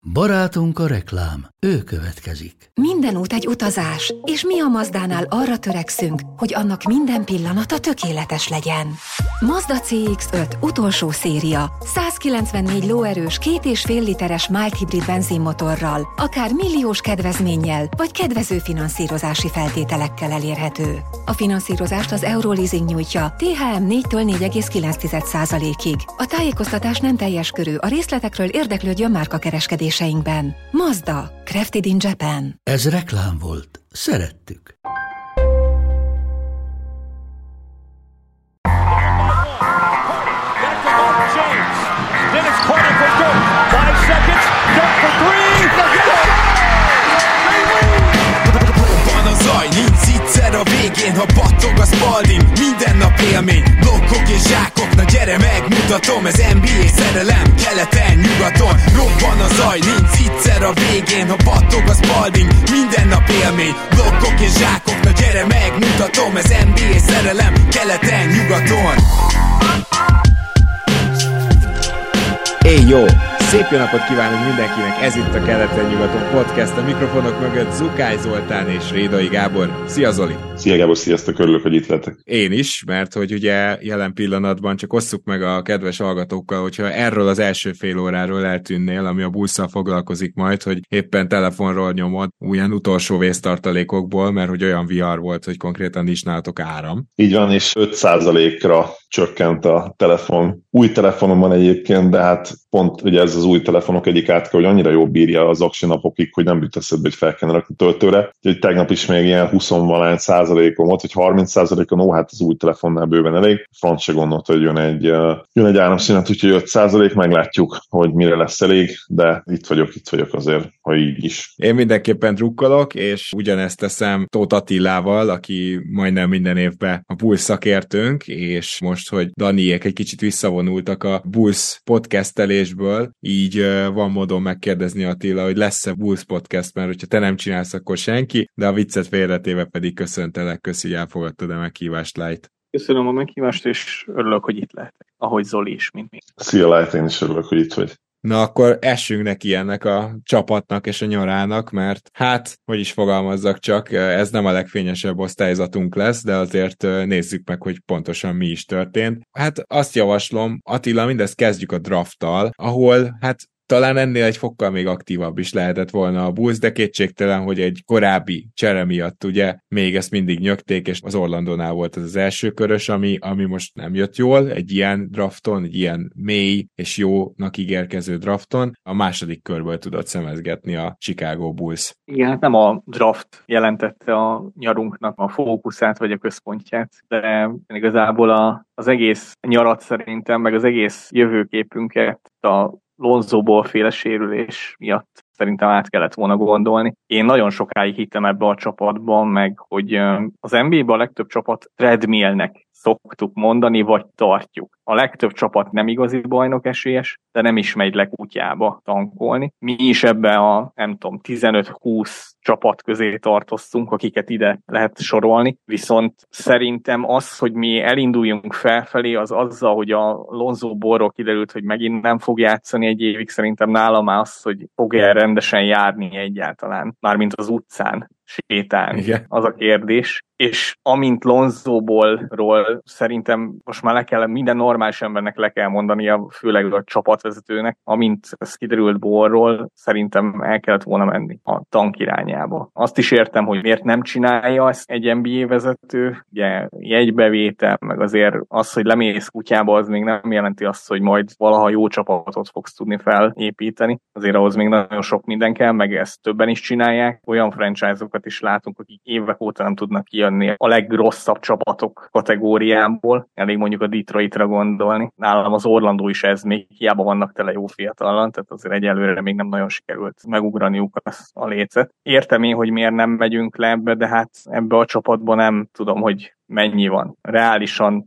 Barátunk a reklám, ő következik. Minden út egy utazás, és mi a Mazdánál arra törekszünk, hogy annak minden pillanata tökéletes legyen. Mazda CX-5 utolsó széria, 194 lóerős 2,5 literes mild hibrid benzinmotorral, akár milliós kedvezménnyel, vagy kedvező finanszírozási feltételekkel elérhető. A finanszírozást az Euroleasing nyújtja, THM 4-től 4,9%-ig. A tájékoztatás nem teljes körű, a részletekről érdeklődjön márkakereskedéseinkben. Mazda, crafted in Japan. Ez reklám volt. Szerettük. A végén, ha battog a Spalding, minden nap élmény, blokkok és zsákok, na gyere megmutatom, ez NBA szerelem, keleten, nyugaton, robban a zaj, nincs egyszer a végén, ha battog a Spalding, minden nap élmény, blokkok és zsákok, na gyere megmutatom, ez NBA szerelem, keleten, nyugaton. Jó! Szép jó napot kívánunk mindenkinek, ez itt a Keleten-nyugaton podcast, a mikrofonok mögött Zukály Zoltán és Rédai Gábor. Szia Zoli! Szia Gábor, sziasztok, örülök, hogy itt lettek. Én is, mert hogy ugye jelen pillanatban csak osszuk meg a kedves hallgatókkal, hogyha erről az első fél óráról eltűnnél, ami a Bulls-szal foglalkozik majd, hogy éppen telefonról nyomod olyan utolsó vésztartalékokból, mert hogy olyan vihar volt, hogy konkrétan nincs nálatok áram. Így van, és 5%-ra csökkent a telefon. Új telefonom van egyébként, de hát pont ugye ez az új telefonok egyik átka, hogy annyira jobb bírja az aksi napokig, hogy nem jut eszedbe, hogy fel kellene rakni töltőre. Úgyhogy tegnap is még ilyen 20-valány százalékon volt, vagy 30%-on, hát az új telefonnál bőven elég. Franc se gondolta, hogy jön egy áramszünet, úgyhogy 5%, meglátjuk, hogy mire lesz elég, de itt vagyok azért, ha így is. Én mindenképpen drukkolok, és ugyanezt teszem Tóth Attilával, aki majdnem minden évben a Bulls szakértőnk, és most, hogy Daniék egy kicsit visszavonultak a Bulls podcastelésből, így van módon megkérdezni Attila, hogy lesz-e Bulls podcast, mert hogyha te nem csinálsz, akkor senki, de a viccet félretéve pedig köszöntelek, köszi, hogy elfogadtad a meghívást, Light. Köszönöm a meghívást, és örülök, hogy itt lehetek, ahogy Zoli is, mint mi. Szia Light, én is örülök, hogy itt vagy. Na akkor essünk neki ennek a csapatnak és a nyarának, mert hát, hogy is fogalmazzak csak, ez nem a legfényesebb osztályzatunk lesz, de azért nézzük meg, hogy pontosan mi is történt. Hát azt javaslom, Attila, mindezt kezdjük a drafttal, ahol hát talán ennél egy fokkal még aktívabb is lehetett volna a Bulls, de kétségtelen, hogy egy korábbi csere miatt ugye még ezt mindig nyögték, és az Orlandónál volt ez az első körös, ami most nem jött jól, egy ilyen drafton, egy ilyen mély és jónak ígérkező drafton, a második körből tudott szemezgetni a Chicago Bulls. Igen, hát nem a draft jelentette a nyarunknak a fókuszát vagy a központját, de igazából az egész nyarat szerintem, meg az egész jövőképünket a Lonzo Ball féle sérülés miatt szerintem át kellett volna gondolni. Én nagyon sokáig hittem ebbe a csapatban, meg hogy az NBA-ben a legtöbb csapat treadmillnek szoktuk mondani, vagy tartjuk. A legtöbb csapat nem igazi bajnok esélyes, de nem is megy le kutyába tankolni. Mi is ebbe a, nem tudom, 15-20 csapat közé tartoztunk, akiket ide lehet sorolni. Viszont szerintem az, hogy mi elinduljunk felfelé, az azzal, hogy a Lonzo Ballról kiderült, hogy megint nem fog játszani egy évig, szerintem nálam az, hogy fog-e rendesen járni egyáltalán, mármint az utcán sétálni. Igen. Az a kérdés. És amint Lonzo Ballról szerintem most már minden normális embernek le kell mondania, főleg a csapatvezetőnek, amint ez kiderült Ballról, szerintem el kellett volna menni a tank irányába. Azt is értem, hogy miért nem csinálja ezt egy NBA vezető, ugye jegybevétel, meg azért az, hogy lemész kutyába, az még nem jelenti azt, hogy majd valaha jó csapatot fogsz tudni felépíteni. Azért ahhoz még nagyon sok minden kell, meg ezt többen is csinálják. Olyan franchise-okat is látunk, akik évek óta nem tudnak kijönni a legrosszabb csapatok kategóriából. Elég mondjuk a Detroitra gondolni. Nálam az Orlandó is ez, még hiába vannak tele jó fiatalan, tehát azért egyelőre még nem nagyon sikerült megugraniuk a lécet. Értem én, hogy miért nem megyünk le ebbe, de hát ebbe a csapatban nem tudom, hogy mennyi van. Reálisan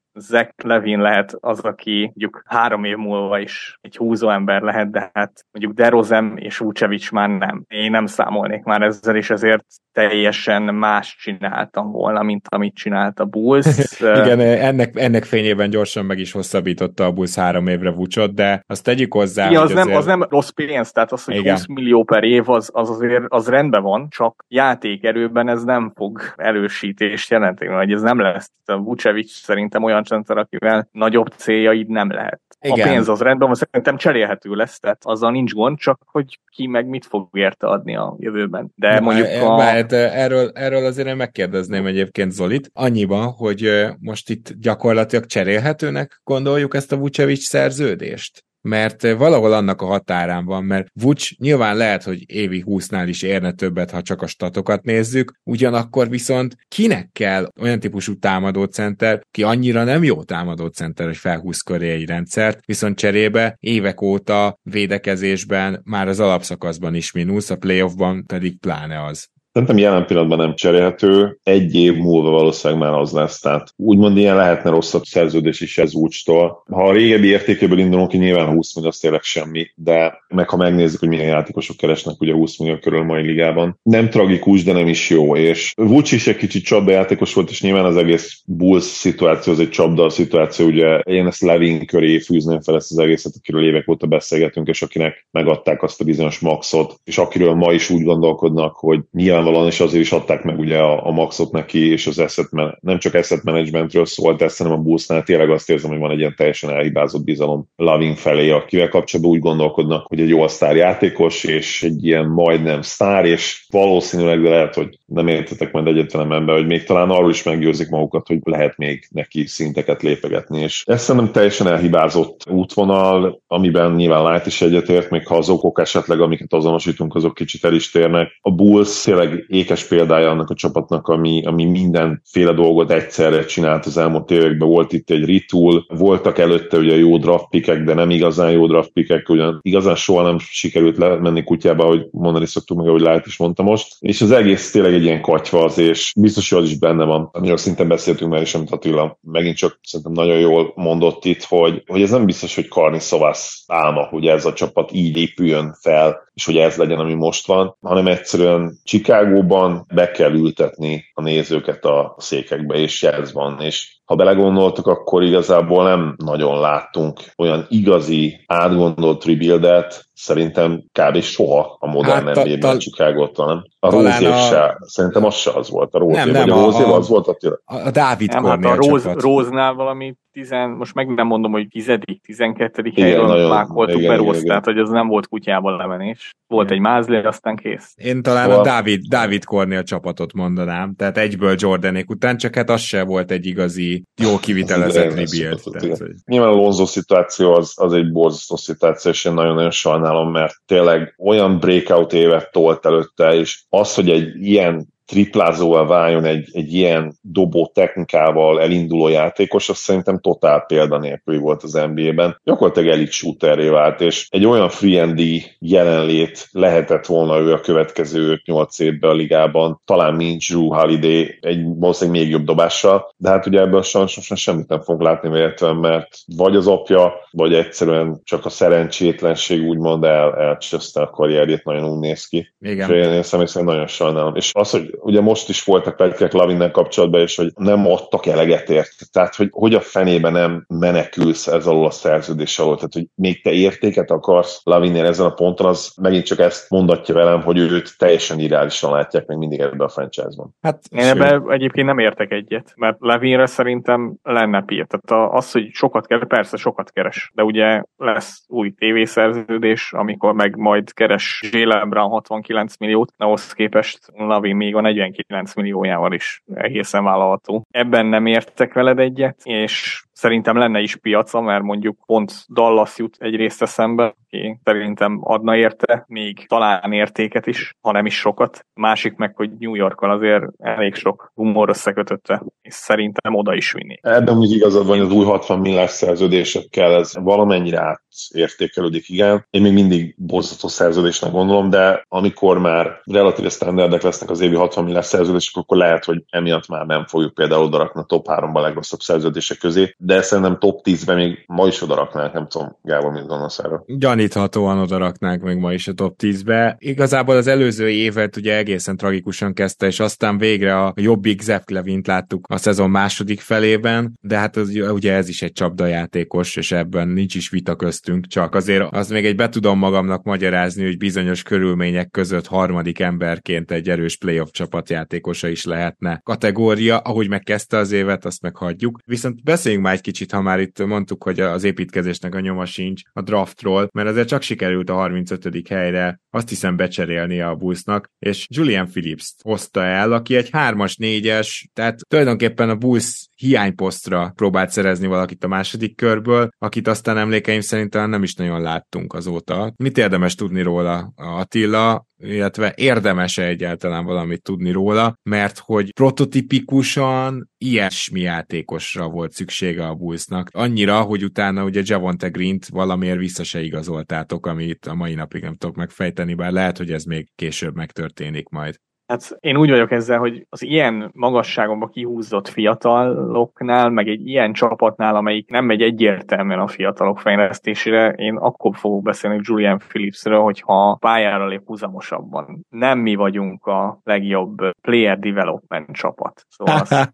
Zach Levine lehet az, aki mondjuk 3 év múlva is egy húzó ember lehet, de hát mondjuk DeRozan és Vucevic már nem. Én nem számolnék már ezzel, és ezért teljesen más csináltam volna, mint amit csinált a Bulls. Igen, ennek fényében gyorsan meg is hosszabbította a Bulls 3 évre Vucot, de azt tegyük hozzá, igen, az nem rossz pénz, tehát az, hogy igen. 20 millió per év, az azért az rendben van, csak játékerőben ez nem fog elősítést jelenteni, hogy ez nem lesz. A Vucevic szerintem olyan center, akivel nagyobb céljaid nem lehet. Igen. A pénz az rendben van, szerintem cserélhető lesz, tehát azzal nincs gond, csak hogy ki meg mit fog érte adni a jövőben. De mondjuk erről azért én megkérdezném egyébként Zolit, annyiban, hogy most itt gyakorlatilag cserélhetőnek gondoljuk ezt a Vucevic szerződést? Mert valahol annak a határán van, mert Vuc nyilván lehet, hogy évi 20-nál is érne többet, ha csak a statokat nézzük, ugyanakkor viszont kinek kell olyan típusú támadócenter, ki annyira nem jó támadócenter, hogy felhúz köré egy rendszert, viszont cserébe évek óta védekezésben már az alapszakaszban is mínusz, a playoffban pedig pláne az. Szerintem jelen pillanatban nem cserélhető, 1 év múlva valószínűleg már az lesz, tehát úgymond ilyen lehetne rosszabb szerződés is ez Vuctól. Ha a régebbi értékéből indulunk ki, nyilván 20 millió az tényleg semmi, de meg ha megnézzük, hogy milyen játékosok keresnek ugye 20 millió körül a mai ligában. Nem tragikus, de nem is jó, és Vuc is egy kicsit csapdajátékos volt, és nyilván az egész Bulls szituáció az egy csapda szituáció, ugye én ezt Levin köré fűzném fel ezt az egészet, akiről évek óta beszélgetünk, és akinek megadták azt a bizonyos maxot, és akiről ma is úgy gondolkodnak, hogy nyilvánvalóan, és azért is adták meg ugye a maxot neki, és az nem csak asset managementről szólt ez, hanem a Bullsnál tényleg azt érzem, hogy van egy ilyen teljesen elhibázott bizalom Lavin felé, akivel kapcsolatban úgy gondolkodnak, hogy egy all-sztár játékos, és egy ilyen majdnem sztár, és valószínűleg, de lehet, hogy nem értetek majd egyetlen ember, hogy még talán arról is meggyőzik magukat, hogy lehet még neki szinteket lépegetni, és ez szerintem teljesen elhibázott útvonal, amiben nyilván Light is egyetért, még ha az okok esetleg, amiket azonosítunk, azok kicsit el is térnek. A Bulls tényleg ékes példája annak a csapatnak, ami mindenféle dolgot egyszerre csinált az elmúlt években. Volt itt egy retool, voltak előtte ugye jó draft pickek, de nem igazán jó draft pickek, ugyan igazán soha nem sikerült lemenni kutyába, hogy mondani szoktuk meg, ahogy Light is mondta most. És az egész tényleg egy ilyen katyvaz, és biztos, hogy az is benne van. Amiről szintén beszéltünk már is, amit Attila megint csak szerintem nagyon jól mondott itt, hogy ez nem biztos, hogy Karniszovas álma, hogy ez a csapat így épüljön fel, és hogy ez legyen, ami most van, hanem egyszerűen Chicagóban be kell ültetni a nézőket a székekbe, és ez van. És ha belegondoltak, akkor igazából nem nagyon láttunk olyan igazi, átgondolt rebuildet, szerintem kb. Soha a modern NBA-ben Chicagótól, nem? A Rózév se, szerintem az se az volt. A Rózév, vagy a Rózév az volt Attila? A Dávid Kornél csapat. Róznál valami most meg nem mondom, hogy 10., 12. helyről vágoltuk be Róz, tehát hogy az nem volt kutyában lemenés. Volt egy mázli, aztán kész. Én talán a Dávid Kornél csapatot mondanám, tehát egyből Jordanék után, csak hát az se volt egy igazi jó kivitelezett rebuild. Nyilván a Lonzo szituáció az egy borzasztó szituáció, és én nagyon-nagyon sajnálom, mert tényleg olyan breakout évet tolt előtte, és az, hogy egy ilyen triplázóval váljon egy ilyen dobó technikával elinduló játékos, az szerintem totál példanélküli volt az NBA-ben. Gyakorlatilag elite shooterré vált, és egy olyan free and D jelenlét lehetett volna ő a következő 8 évben a ligában, talán mint Jrue Holiday egy valószínűleg még jobb dobással, de hát ugye ebből sajnos semmit nem fogunk látni véletlenül, mert vagy az apja, vagy egyszerűen csak a szerencsétlenség úgymond elcseszte a karrierjét, nagyon úgy néz ki. Igen. Én személy szerint nagyon sajnálom. És az, hogy ugye most is voltak pletykák Lavinnel kapcsolatban, és hogy nem adtak eleget érte. Tehát, hogy a fenébe nem menekülsz ez alól a szerződés alól. Tehát, hogy még te értéket akarsz Lavinnél ezen a ponton, az megint csak ezt mondatja velem, hogy őt teljesen irreálisan látják még mindig ebben a franchise-ban. Hát én ebben egyébként nem értek egyet, mert Lavinre szerintem lenne pír. Tehát az, hogy sokat keres, persze sokat keres, de ugye lesz új tévészerződés, amikor meg majd keres Jaylen Brown 69 milliót, ahhoz képest Lavin még a 49 milliójával is egészen vállalható. Ebben nem értek veled egyet, és szerintem lenne is piaca, mert mondjuk pont Dallas jut egyrészt eszembe, aki szerintem adna érte még talán értéket is, ha nem is sokat. Másik meg, hogy New Yorkkal azért elég sok humor összekötötte, és szerintem oda is vinni. Ebben úgy igazad van, az új 60 milliós szerződésekkel ez valamennyire átértékelődik, igen. Én még mindig borzasztó szerződésnek gondolom, de amikor már relatíve standardek lesznek az évi 60 milliós szerződések, akkor lehet, hogy emiatt már nem fogjuk például odarakni a top 3-ban legrosszabb szerződések közé, de szerintem top 10-ben még ma is odaraknánk, nem tudom, Gábor, mit gondolsz erről? Gyaníthatóan odaraknánk még ma is a top 10-be. Igazából az előző évet ugye egészen tragikusan kezdte, és aztán végre a jobbik Zach Levint láttuk a szezon második felében, de hát ugye ez is egy csapdajátékos, és ebben nincs is vita köztünk, csak azért azt még be tudom magamnak magyarázni, hogy bizonyos körülmények között harmadik emberként egy erős playoff csapatjátékosa is lehetne kategória, ahogy megkezdte az évet, azt meghagyjuk. Viszont beszéljünk már egy kicsit, ha már itt mondtuk, hogy az építkezésnek a nyoma sincs a draftról, mert azért csak sikerült a 35. helyre azt hiszem becserélni a Bullsnak, és Julian Phillips-t hozta el, aki egy 3-as, 4-es, tehát tulajdonképpen a Bulls hiányposztra próbált szerezni valakit a második körből, akit aztán emlékeim szerint nem is nagyon láttunk azóta. Mit érdemes tudni róla, Attila, illetve érdemes-e egyáltalán valamit tudni róla, mert hogy prototipikusan ilyesmi játékosra volt szüksége a Bullsnak. Annyira, hogy utána ugye Javonte Greent valamiért vissza se igazoltátok, amit a mai napig nem tudok megfejteni, bár lehet, hogy ez még később megtörténik majd. Hát én úgy vagyok ezzel, hogy az ilyen magasságomba kihúzott fiataloknál, meg egy ilyen csapatnál, amelyik nem megy egyértelműen a fiatalok fejlesztésére, én akkor fogok beszélni Julian Phillipsről, hogyha pályára lép húzamosabban. Nem mi vagyunk a legjobb player development csapat. Szóval az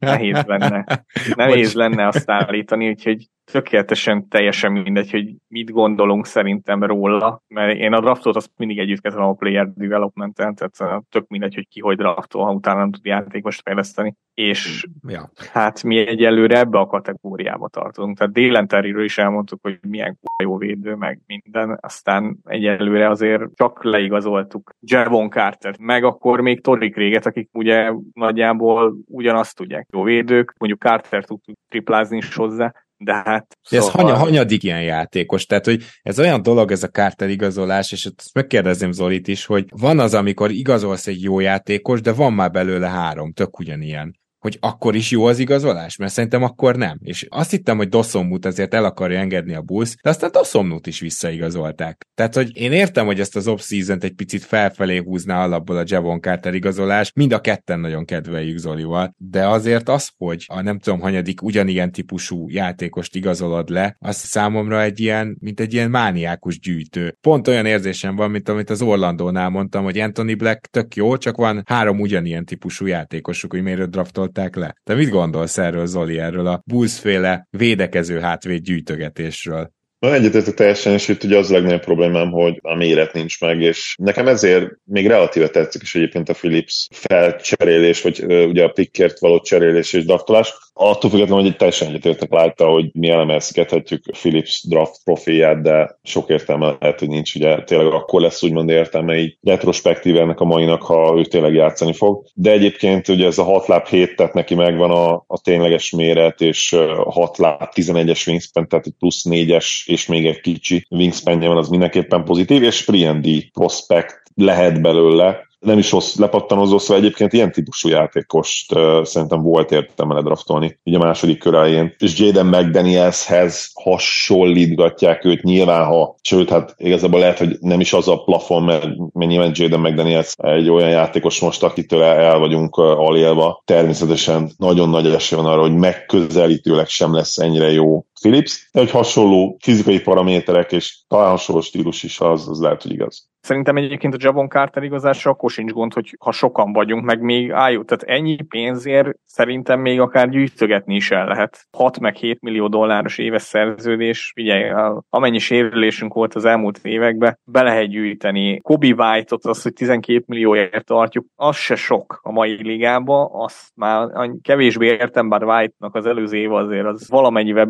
nehéz lenne azt állítani, úgyhogy tökéletesen teljesen mindegy, hogy mit gondolunk szerintem róla, mert én a draftot azt mindig együtt kezelem a player development-en, tehát tök mindegy, hogy ki hogy draftol, ha utána nem tud játékost fejleszteni. És hát mi egyelőre ebbe a kategóriába tartozunk. Tehát Dalen Terryről is elmondtuk, hogy milyen jó védő, meg minden. Aztán egyelőre azért csak leigazoltuk Javon Cartert, meg akkor még Torrey Craig-et, akik ugye nagyjából ugyanazt tudják. Jó védők, mondjuk Carter tudtuk triplázni is hozzá, de hát... Szóval... Ez hanyadik ilyen játékos, tehát hogy ez olyan dolog ez a Carter igazolás, és ezt megkérdezném Zolit is, hogy van az, amikor igazolsz egy jó játékos, de van már belőle 3, tök ugyanilyen. Hogy akkor is jó az igazolás? Mert szerintem akkor nem. És azt hittem, hogy Dossomnut azért el akarja engedni a Bulls, de aztán Dossomnut is visszaigazolták. Tehát, hogy én értem, hogy ezt az off-season-t egy picit felfelé húzná alapból a Javon Carter igazolás, mind a ketten nagyon kedveljük Zolival, de azért az, hogy a nem tudom hanyadik ugyanilyen típusú játékost igazolod le, az számomra mint egy ilyen mániákus gyűjtő. Pont olyan érzésem van, mint amit az Orlandónál mondtam, hogy Anthony Black tök jó, csak van 3 ugyanilyen típusú játékosuk, hogy miért draftolt le. Te mit gondolsz erről, Zoli, erről a Bulls-féle védekező hátvéd gyűjtögetésről? Egyetértek teljesen, és itt ugye az a legnagyobb problémám, hogy a méret nincs meg, és nekem ezért még relatíve tetszik is egyébként a Phillips felcserélés, vagy ugye a pickért való cserélés és draftolás. Attól függetlenül, hogy teljesen egyetértek látta, hogy mi elemezgethetjük Phillips draft profilját, de sok értelme lehet, hogy nincs. Ugye tényleg akkor lesz úgymond értelme így retrospektív ennek a mainak, ha ő tényleg játszani fog. De egyébként ugye ez a 6 láb 7, tehát neki megvan a tényleges méret, és 6 láb 11-es wingspan, tehát egy plusz 4-es és még egy kicsi wingspanje van, az mindenképpen pozitív, és free and D prospect lehet belőle. Nem is rossz lepattanozó, szóval egyébként ilyen típusú játékost szerintem volt értelme ledraftolni így a második kör elején. És Jaden McDanielshez hasonlítgatják őt nyilván, sőt, hát igazából lehet, hogy nem is az a plafon, mert nyilván Jaden McDaniels egy olyan játékos most, akitől el vagyunk alélva. Természetesen nagyon nagy esély van arra, hogy megközelítőleg sem lesz ennyire jó Phillips, de hogy hasonló fizikai paraméterek és talán hasonló stílus is az lehet, hogy igaz. Szerintem egyébként a Javon Carter igazásra akkor sincs gond, hogy ha sokan vagyunk, meg még tehát ennyi pénzért szerintem még akár gyűjtögetni is el lehet. 6 meg 7 millió dolláros éves szerződés, figyelj, amennyi sérülésünk volt az elmúlt években, be lehet gyűjteni. Kobe White-ot, az, hogy 12 millióért tartjuk, az se sok a mai ligában, azt már kevésbé értem, bár White-nak az előző év azért az valamennyivel biztatóbb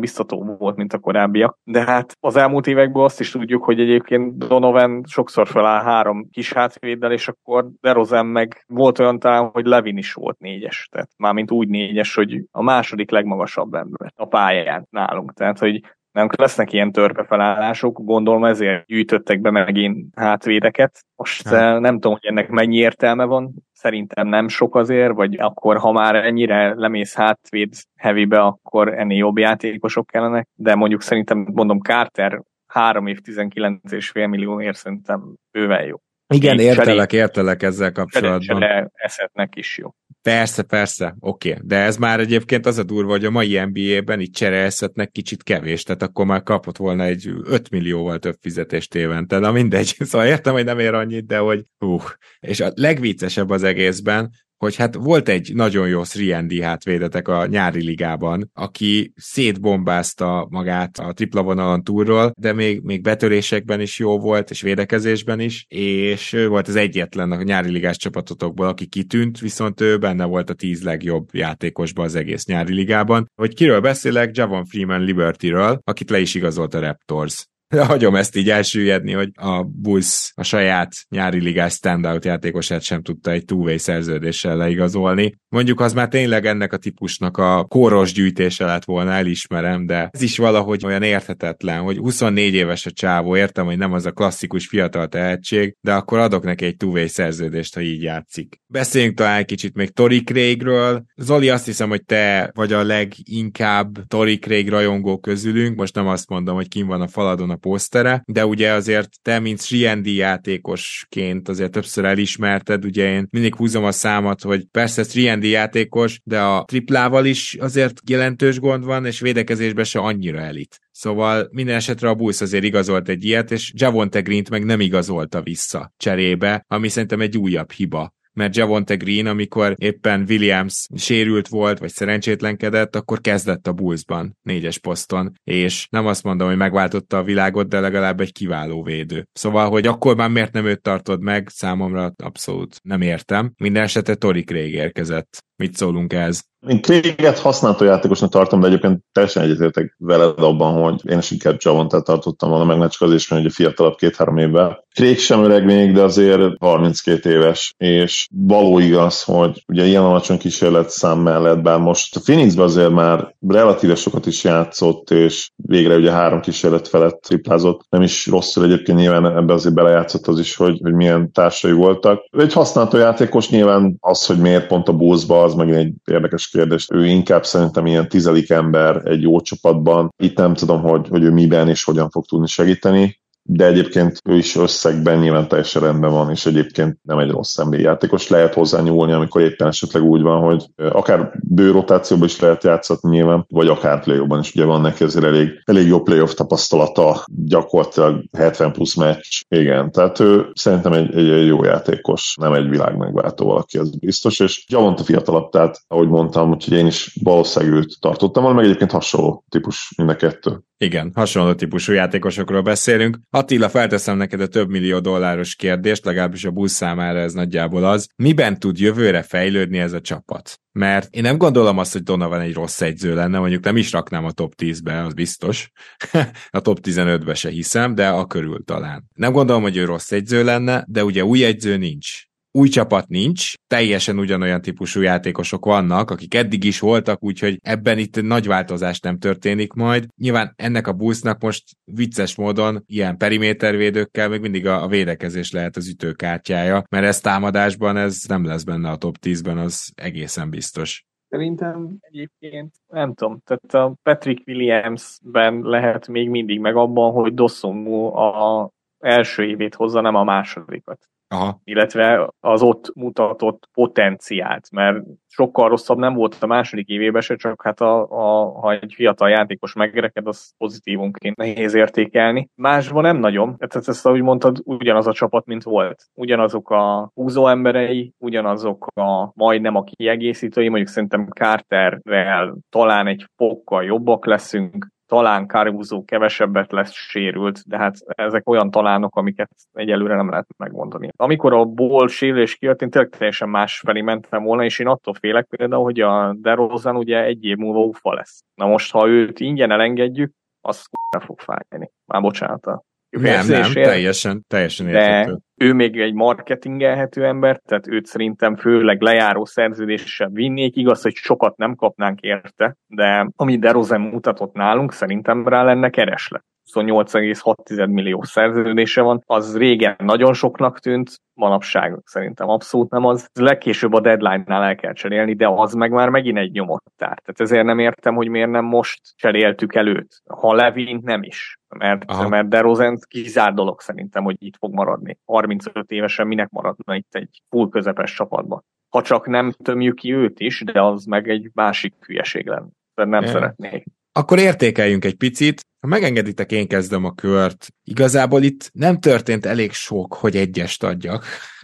jobb volt, mint a korábbiak. De hát az elmúlt évekből azt is tudjuk, hogy egyébként Donovan sokszor feláll 3 kis hátvéddel, és akkor DeRozan meg volt olyan talán, hogy Levin is volt 4-es. Tehát mármint úgy 4-es, hogy a második legmagasabb ember a pályán nálunk. Tehát, hogy nem lesznek ilyen törpefelállások, gondolom ezért gyűjtöttek be megint hátvédeket. Most nem tudom, hogy ennek mennyi értelme van, szerintem nem sok azért, vagy akkor, ha már ennyire lemész hátvéd heavybe, akkor ennél jobb játékosok kellenek, de mondjuk szerintem, mondom, Carter 3 év 19,5 millióért szerintem bőven jó. Igen, értelek ezzel kapcsolatban. De eszetnek is jó. Persze, oké. De ez már egyébként az a durva, hogy a mai NBA-ben így cserélszetnek kicsit kevés, tehát akkor már kapott volna egy 5 millióval több fizetést évente. Na mindegy, szóval értem, hogy nem ér annyit, de hogy És a legviccesebb az egészben, hogy hát volt egy nagyon jó 3&D hátvédetek a nyári ligában, aki szétbombázta magát a tripla vonalon túlról, de még betörésekben is jó volt, és védekezésben is, és ő volt az egyetlen a nyári ligás csapatotokból, aki kitűnt, viszont ő benne volt a 10 legjobb játékosban az egész nyári ligában. Hogy kiről beszélek? Javon Freeman Libertyről, akit le is igazolt a Raptors. Hagyom ezt így elsüllyedni, hogy a Bulls a saját nyári ligás standout játékosát sem tudta egy two-way szerződéssel leigazolni. Mondjuk az már tényleg ennek a típusnak a kóros gyűjtése lett volna, elismerem, de ez is valahogy olyan érthetetlen, hogy 24 éves a csávó, értem, hogy nem az a klasszikus fiatal tehetség, de akkor adok neki egy two-way szerződést, ha így játszik. Beszéljünk talán egy kicsit még Torrey Craigről. Zoli, azt hiszem, hogy te vagy a leginkább Torrey Craig rajongó közülünk, most nem azt mondom, hogy kim van a faladon a posztere, de ugye azért te, mint 3&D játékosként azért többször elismerted, ugye én mindig húzom a számat, hogy persze 3&D játékos, de a triplával is azért jelentős gond van, és védekezésben se annyira elit. Szóval minden esetre a Bulls azért igazolt egy ilyet, és Javonte Greent meg nem igazolta vissza cserébe, ami szerintem egy újabb hiba. Mert Javonte Green, amikor éppen Williams sérült volt, vagy szerencsétlenkedett, akkor kezdett a Bullsban 4-es poszton, és nem azt mondom, hogy megváltotta a világot, de legalább egy kiváló védő. Szóval, hogy akkor már miért nem őt tartod meg, számomra abszolút nem értem. Minden esetre Torrey Craig érkezett. Mit szólunk ehhez? Én Craiget használható játékosnak tartom, de egyébként teljesen egyetértek veled abban, hogy én is inkább Javontát tartottam volna meg, mert csak azért, mert ugye fiatalabb 2-3 évvel. Craig sem öreg még, de azért 32 éves, és való igaz, hogy ugye ilyen alacsony kísérlet szám mellett, bár most a Phoenixben azért már relatíve sokat is játszott, és végre ugye 3 kísérlet felett triplázott. Nem is rosszul egyébként, nyilván ebbe azért belejátszott az is, hogy milyen társai voltak. Egy használható játékos, nyilván az, hogy miért pont a Bullsba, az megint egy érdekes kérdés. Ő inkább szerintem ilyen 10. ember egy jó csapatban. Itt nem tudom, hogy ő miben és hogyan fog tudni segíteni, de egyébként ő is összegben nyilván teljesen rendben van, és egyébként nem egy rossz NBA játékos. Lehet hozzá nyúlni, amikor éppen esetleg úgy van, hogy akár bő rotációban is lehet játszatni nyilván, vagy akár play-offban is. Ugye van neki azért elég jó play-off tapasztalata, gyakorlatilag 70 plusz meccs. Igen, tehát ő szerintem egy jó játékos, nem egy világ megváltó valaki, ez biztos, és Javonte fiatalabb, tehát ahogy mondtam, úgyhogy én is valószínűleg őt tartottam volna, meg egyébként hasonló típus mind a kettő. Igen, hasonló típusú játékosokról beszélünk. Attila, felteszem neked a több millió dolláros kérdést, legalábbis a Bulls számára ez nagyjából az. Miben tud jövőre fejlődni ez a csapat? Mert én nem gondolom azt, hogy Donovan egy rossz edző lenne, mondjuk nem is raknám a top 10-be, az biztos. A top 15-be se hiszem, de a körül talán. Nem gondolom, hogy ő rossz edző lenne, de ugye új edző nincs. Új csapat nincs, teljesen ugyanolyan típusú játékosok vannak, akik eddig is voltak, úgyhogy ebben itt nagy változás nem történik majd. Nyilván ennek a Bullsnak most vicces módon ilyen perimétervédőkkel még mindig a védekezés lehet az ütőkártyája, mert ez támadásban ez nem lesz benne a top 10-ben, az egészen biztos. Szerintem egyébként, nem tudom, tehát a Patrick Williamsben lehet még mindig, meg abban, hogy Dosunmu az első évét hozza, nem a másodikat. Aha. Illetve az ott mutatott potenciált, mert sokkal rosszabb nem volt a második évében se, csak hát ha egy fiatal játékos megreked, az pozitívunként nehéz értékelni. Másban nem nagyon, tehát ezt ahogy mondtad, ugyanaz a csapat, mint volt. Ugyanazok a húzó emberei, ugyanazok a majdnem a kiegészítői, mondjuk szerintem Carterrel talán egy fokkal jobbak leszünk, talán Caruso kevesebbet lesz sérült, de hát ezek olyan talánok, amiket egyelőre nem lehet megmondani. Amikor a Ball sérülés kijött, én tényleg teljesen más felé mentem volna, és én attól félek például, hogy a DeRozan ugye egy év múlva ufa lesz. Na most, ha őt ingyen elengedjük, az fog fájni. Már bocsánat a Nem, teljesen érthető. De ő még egy marketingelhető ember, tehát őt szerintem főleg lejáró szerződéssel vinnék. Igaz, hogy sokat nem kapnánk érte, de amit DeRozan mutatott nálunk, szerintem rá lenne kereslet. 28,6 millió szerződése van, az régen nagyon soknak tűnt, manapság szerintem abszolút nem az. Legkésőbb a deadline-nál el kell cserélni, de az meg már megint egy nyomottár. Tehát ezért nem értem, hogy miért nem most cseréltük előtt. Ha Levint nem is. Mert DeRozan kizárt dolog szerintem, hogy itt fog maradni. 35 évesen minek maradna itt egy full közepes csapatban. Ha csak nem tömjük ki őt is, de az meg egy másik hülyeség lenne. Nem szeretnék. Akkor értékeljünk egy picit. Ha megengeditek, én kezdem a kört. Igazából itt nem történt elég sok, hogy egyest adjak.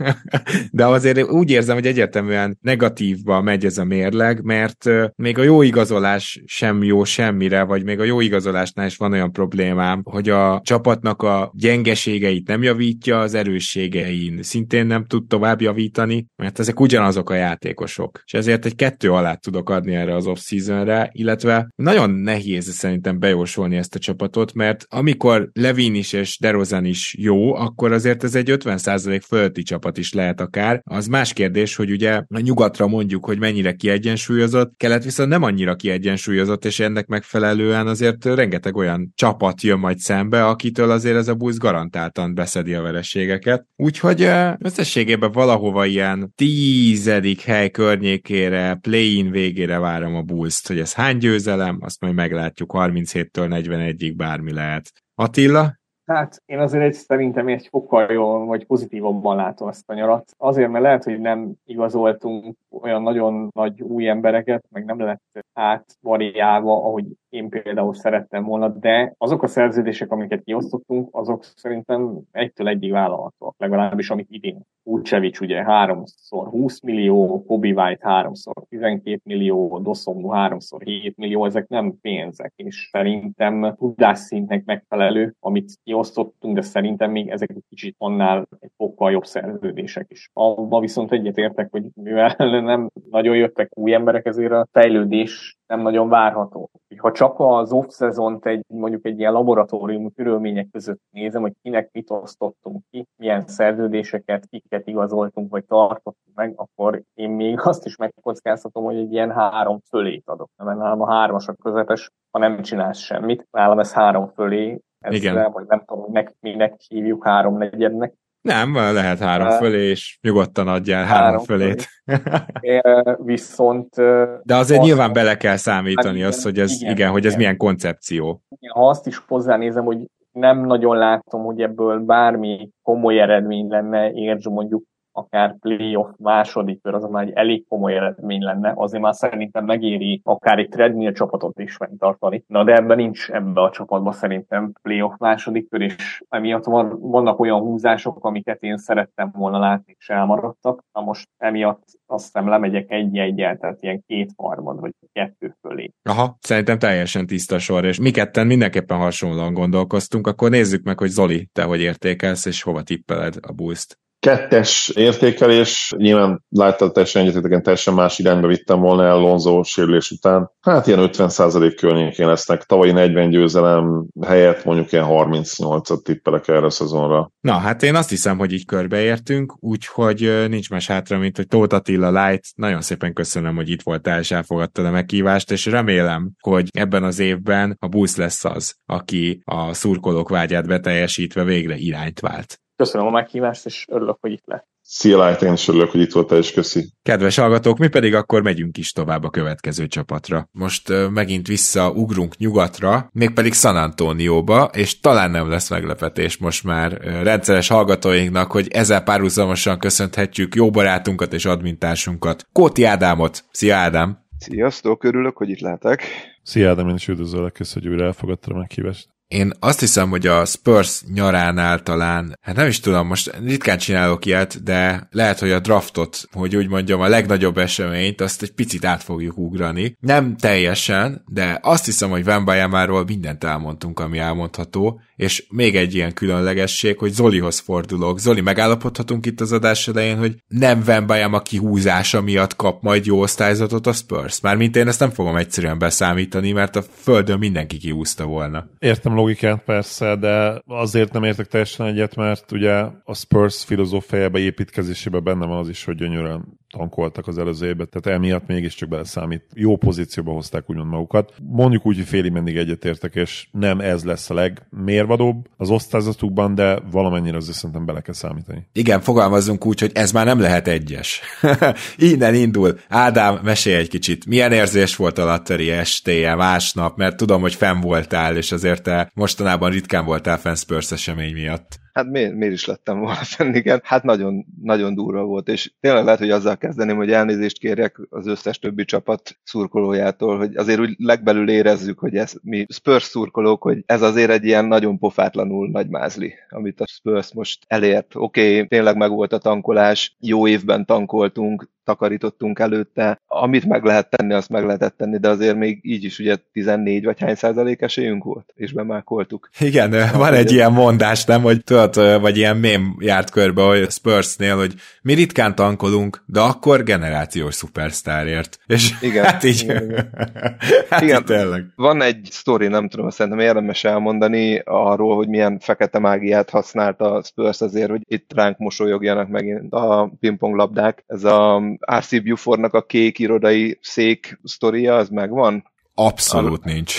De azért úgy érzem, hogy egyértelműen negatívba megy ez a mérleg, mert még a jó igazolás sem jó semmire, vagy még a jó igazolásnál is van olyan problémám, hogy a csapatnak a gyengeségeit nem javítja, az erősségein szintén nem tud tovább javítani, mert ezek ugyanazok a játékosok. És ezért egy 2 alá tudok adni erre az off-seasonre, illetve nagyon nehéz szerintem bejósolni ezt a csapatot, mert amikor Levin is és DeRozan is jó, akkor azért ez egy 50% fölötti csapat is lehet akár. Az más kérdés, hogy ugye a nyugatra mondjuk, hogy mennyire kiegyensúlyozott, kelet viszont nem annyira kiegyensúlyozott, és ennek megfelelően azért rengeteg olyan csapat jön majd szembe, akitől azért ez a Bulls garantáltan beszedi a vereségeket. Úgyhogy összességében valahova ilyen 10. hely környékére, play-in végére várom a Bulls-t, hogy ez hány győzelem, azt majd meglátjuk, 37-től 41-ig bármi lehet. Attila? Hát én azért szerintem egy fokkal jól, vagy pozitívabban látom ezt a nyarat. Azért, mert lehet, hogy nem igazoltunk olyan nagyon nagy új embereket, meg nem lett átvariálva, ahogy én például szerettem volna, de azok a szerződések, amiket kiosztottunk, azok szerintem 1-1 vállalhatóak, legalábbis amit idén. Vucevic ugye 3-szor 20 millió, Kobe White 3-szor 12 millió, Dosognu 3-szor 7 millió, ezek nem pénzek, és szerintem tudásszintnek megfelelő, amit kiosztottunk, de szerintem még ezek egy kicsit annál egy fokkal jobb szerződések is. Abban viszont egyetértek, hogy mivel nem nagyon jöttek új emberek, ezért a fejlődés nem nagyon várható. Ha csak az off-szezont mondjuk egy ilyen laboratóriumi körülmények között nézem, hogy kinek mit osztottunk ki, milyen szerződéseket, kiket igazoltunk, vagy tartottunk meg, akkor én még azt is megkockáztatom, hogy egy ilyen 3 fölét adok. Mert nálam a 3-as a közepes, ha nem csinálsz semmit, nálam ez 3 fölé, ezzel, vagy nem tudom, hogy minek hívjuk 3/4-nek. Nem, lehet 3 fölé, és nyugodtan adjál 3 fölét. Viszont... De azért nyilván bele kell számítani azt, hogy ez, hogy ez milyen koncepció. Ha azt is hozzánézem, hogy nem nagyon látom, hogy ebből bármi komoly eredmény lenne, értsd mondjuk akár playoff második kör, az már egy elég komoly eredmény lenne, azért már szerintem megéri akár egy treadmill csapatot is fenntartani. Na de ebben nincs, ebbe a csapatban szerintem playoff második kör, és emiatt vannak olyan húzások, amiket én szerettem volna látni, és elmaradtak. Na most emiatt azt hiszem lemegyek 1-1-jel, tehát ilyen 2 harmad, vagy 2 fölé. Aha, szerintem teljesen tiszta sor, és mi ketten mindenképpen hasonlóan gondolkoztunk, akkor nézzük meg, hogy Zoli, te hogy értékelsz, és hova tippeled a Bulls-t. 2-es értékelés, nyilván láttad teljesen egyetéteken, teljesen más irányba vittem volna el Lonzo sérülés után. Hát ilyen 50% környékén lesznek. Tavalyi 40 győzelem helyett mondjuk ilyen 38-at tippelek erre a szezonra. Na, hát én azt hiszem, hogy így körbeértünk, úgyhogy nincs más hátra, mint hogy Tóth Attila Light. Nagyon szépen köszönöm, hogy itt voltál és elfogadtad a meghívást, és remélem, hogy ebben az évben a Bulls lesz az, aki a szurkolók vágyát beteljesítve végre irányt vált. Köszönöm a meghívást, és örülök, hogy itt lett. Szia, Light, én is örülök, hogy itt voltál, és köszi. Kedves hallgatók, mi pedig akkor megyünk is tovább a következő csapatra. Most megint visszaugrunk nyugatra, mégpedig San Antonióba, és talán nem lesz meglepetés most már rendszeres hallgatóinknak, hogy ezzel párhuzamosan köszönhetjük jó barátunkat és admintársunkat, Kóti Ádámot. Szia, Ádám! Sziasztok, örülök, hogy itt lehetek. Szia, Ádám, én is üdvözöllek, köszönjük, hogy újra elfogadtam a meghívást. Én azt hiszem, hogy a Spurs nyaránál talán, hát nem is tudom, most ritkán csinálok ilyet, de lehet, hogy a draftot, hogy úgy mondjam, a legnagyobb eseményt, azt egy picit át fogjuk ugrani. Nem teljesen, de azt hiszem, hogy Wembayamáról mindent elmondtunk, ami elmondható, és még egy ilyen különlegesség, hogy Zolihoz fordulok. Zoli, megállapodhatunk itt az adás elején, hogy nem Wembanyama kihúzása miatt kap majd jó osztályzatot a Spurs. Mármint én ezt nem fogom egyszerűen beszámítani, mert a földön mindenki kihúzta volna. Értem logikát persze, de azért nem értek teljesen egyet, mert ugye a Spurs filozófiájába, építkezésében benne van az is, hogy gyönyörűen tankoltak az előző évben, tehát emiatt mégiscsak beleszámít. Jó pozícióba hozták úgymond magukat. Mondjuk úgy, hogy félig mendig egyetértek, és nem ez lesz a legmérvadóbb az osztályzatukban, de valamennyire azért szerintem bele kell számítani. Igen, fogalmazzunk úgy, hogy ez már nem lehet egyes. Innen indul. Ádám, mesélj egy kicsit. Milyen érzés volt a Latteri estéje másnap, mert tudom, hogy fenn voltál, és azért te mostanában ritkán voltál fenn Spurs esemény miatt. Hát miért is lettem volna fenn, igen. Hát nagyon, nagyon durva volt, és tényleg lehet, hogy azzal kezdeném, hogy elnézést kérjek az összes többi csapat szurkolójától, hogy azért úgy legbelül érezzük, hogy ez mi Spurs szurkolók, hogy ez azért egy ilyen nagyon pofátlanul nagy mázli, amit a Spurs most elért. Oké, tényleg megvolt a tankolás, jó évben tankoltunk, takarítottunk előtte. Amit meg lehet tenni, azt meg lehetett tenni, de azért még így is ugye 14 vagy hány százalék esélyünk volt, és bemákoltuk. Igen, van egy ilyen mondás, nem, hogy tudod, vagy ilyen mém járt körbe, hogy Spursnél, hogy mi ritkán tankolunk, de akkor generációs szupersztárért. És igen, hát így, igen. Hát igen, tényleg. Van egy sztori, nem tudom, szerintem érdemes elmondani arról, hogy milyen fekete mágiát használt a Spurs azért, hogy itt ránk mosolyogjanak megint a pingponglabdák. Ez a R.C. Bufordnak a kék irodai szék sztoria, az megvan? Abszolút nincs.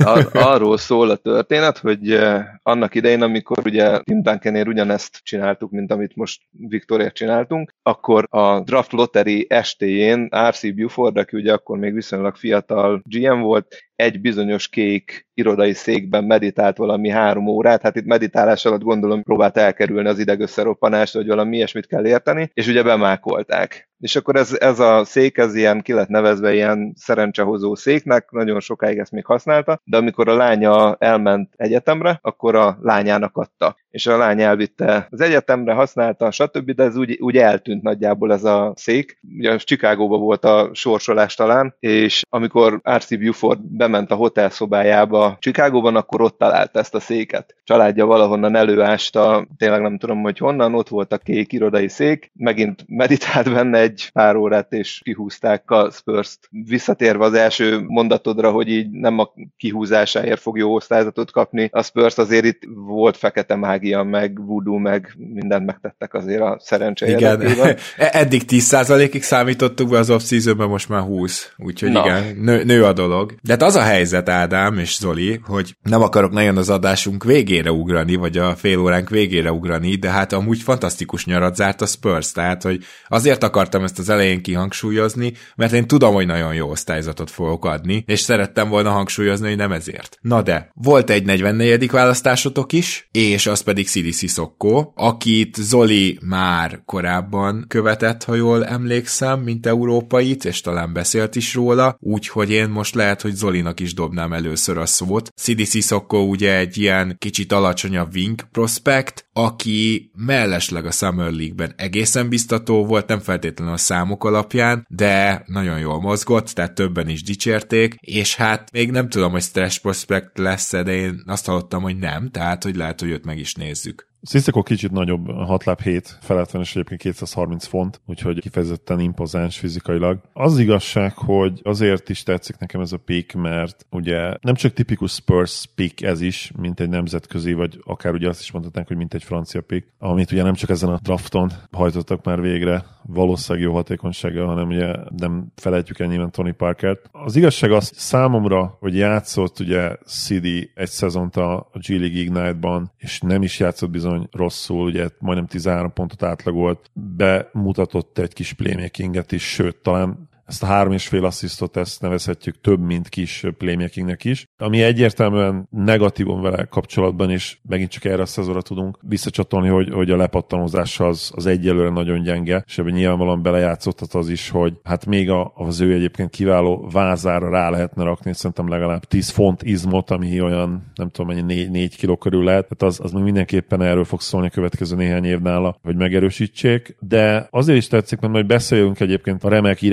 Arról szól a történet, hogy annak idején, amikor ugye Tim Duncanért ugyanezt csináltuk, mint amit most Viktorért csináltunk, akkor a draft lottery estéjén R.C. Buford, aki ugye akkor még viszonylag fiatal GM volt, egy bizonyos kék irodai székben meditált valami 3 órát, hát itt meditálás alatt gondolom próbált elkerülni az idegösszeroppanást, vagy valami ilyesmit kell érteni, és ugye bemákolták. És akkor ez a szék, ez ilyen ki lett nevezve ilyen szerencsehozó széknek, nagyon sokáig ezt még használta, de amikor a lánya elment egyetemre, akkor a lányának adta. És a lány elvitte az egyetemre, használta, stb., de ez úgy eltűnt nagyjából ez a szék. Ugye Chicagóban volt a sorsolás talán, és amikor R.C. Buford bement a hotelszobájába Chicagóban, akkor ott találta ezt a széket. Családja valahonnan előásta, tényleg nem tudom, hogy honnan, ott volt a kék irodai szék, megint meditált benne egy pár órát, és kihúzták a Spurs-t. Visszatérve az első mondatodra, hogy így nem a kihúzásáért fog jó osztályzatot kapni, a Spurs azért itt volt fekete mágia, meg voodoo, meg mindent megtettek azért a szerencse érdekében. Eddig 10%-ig számítottuk be az off-seasonben, most már 20. Úgyhogy igen, nő a dolog. De hát az a helyzet, Ádám és Zoli, hogy nem akarok nagyon az adásunk végére ugrani, vagy a fél óránk végére ugrani, de hát amúgy fantasztikus nyarat zárt a Spurs, tehát hogy azért akartam ezt az elején kihangsúlyozni, mert én tudom, hogy nagyon jó osztályzatot fogok adni, és szerettem volna hangsúlyozni, hogy nem ezért. Na de, volt egy 44. választásotok is, és az pedig Sidi Cissokko, akit Zoli már korábban követett, ha jól emlékszem, mint európait, és talán beszélt is róla, úgyhogy én most lehet, hogy Zolinak is dobnám először a szót. Sidi Cissokko ugye egy ilyen kicsit alacsonyabb wing prospect, aki mellesleg a Summer League-ben egészen biztató volt, nem feltétlenül a számok alapján, de nagyon jól mozgott, tehát többen is dicsérték, és hát még nem tudom, hogy stretch prospect lesz-e, de én azt hallottam, hogy nem, tehát hogy lehet, hogy őt meg is nézzük. Cissokko kicsit nagyobb, 6 láb 7 felett van, és egyébként 230 font, úgyhogy kifejezetten impozáns fizikailag. Az igazság, hogy azért is tetszik nekem ez a pick, mert ugye nem csak tipikus Spurs pick ez is, mint egy nemzetközi, vagy akár ugye azt is mondhatnánk, hogy mint egy francia pick, amit ugye nem csak ezen a drafton hajtottak már végre valószínűleg jó hatékonysággal, hanem ugye nem felejtjük el nyilván Tony Parkert. Az igazság az számomra, hogy játszott ugye Sidi egy szezont a G League Ignite-ban, és nem is játszott bizony rosszul, ugye majdnem 13 pontot átlagolt, bemutatott egy kis playmakinget is, sőt, talán ezt a 3,5 asszisztot, ezt nevezhetjük több, mint kis playmakingnek is, ami egyértelműen negatívon vele kapcsolatban, és megint csak erre a szezonra tudunk visszacsatolni, hogy a lepattanozás az egyelőre nagyon gyenge, és ebben nyilvánvalóan belejátszottat az is, hogy hát még az ő egyébként kiváló vázára rá lehetne rakni, szerintem legalább 10 font izmot, ami olyan, nem tudom mennyi, 4 kiló körül lehet, tehát az még mindenképpen erről fog szólni a következő néhány év nála, hogy megerősítsék, de azért is tetszik, mert majd beszéljünk egyébként a remek irányító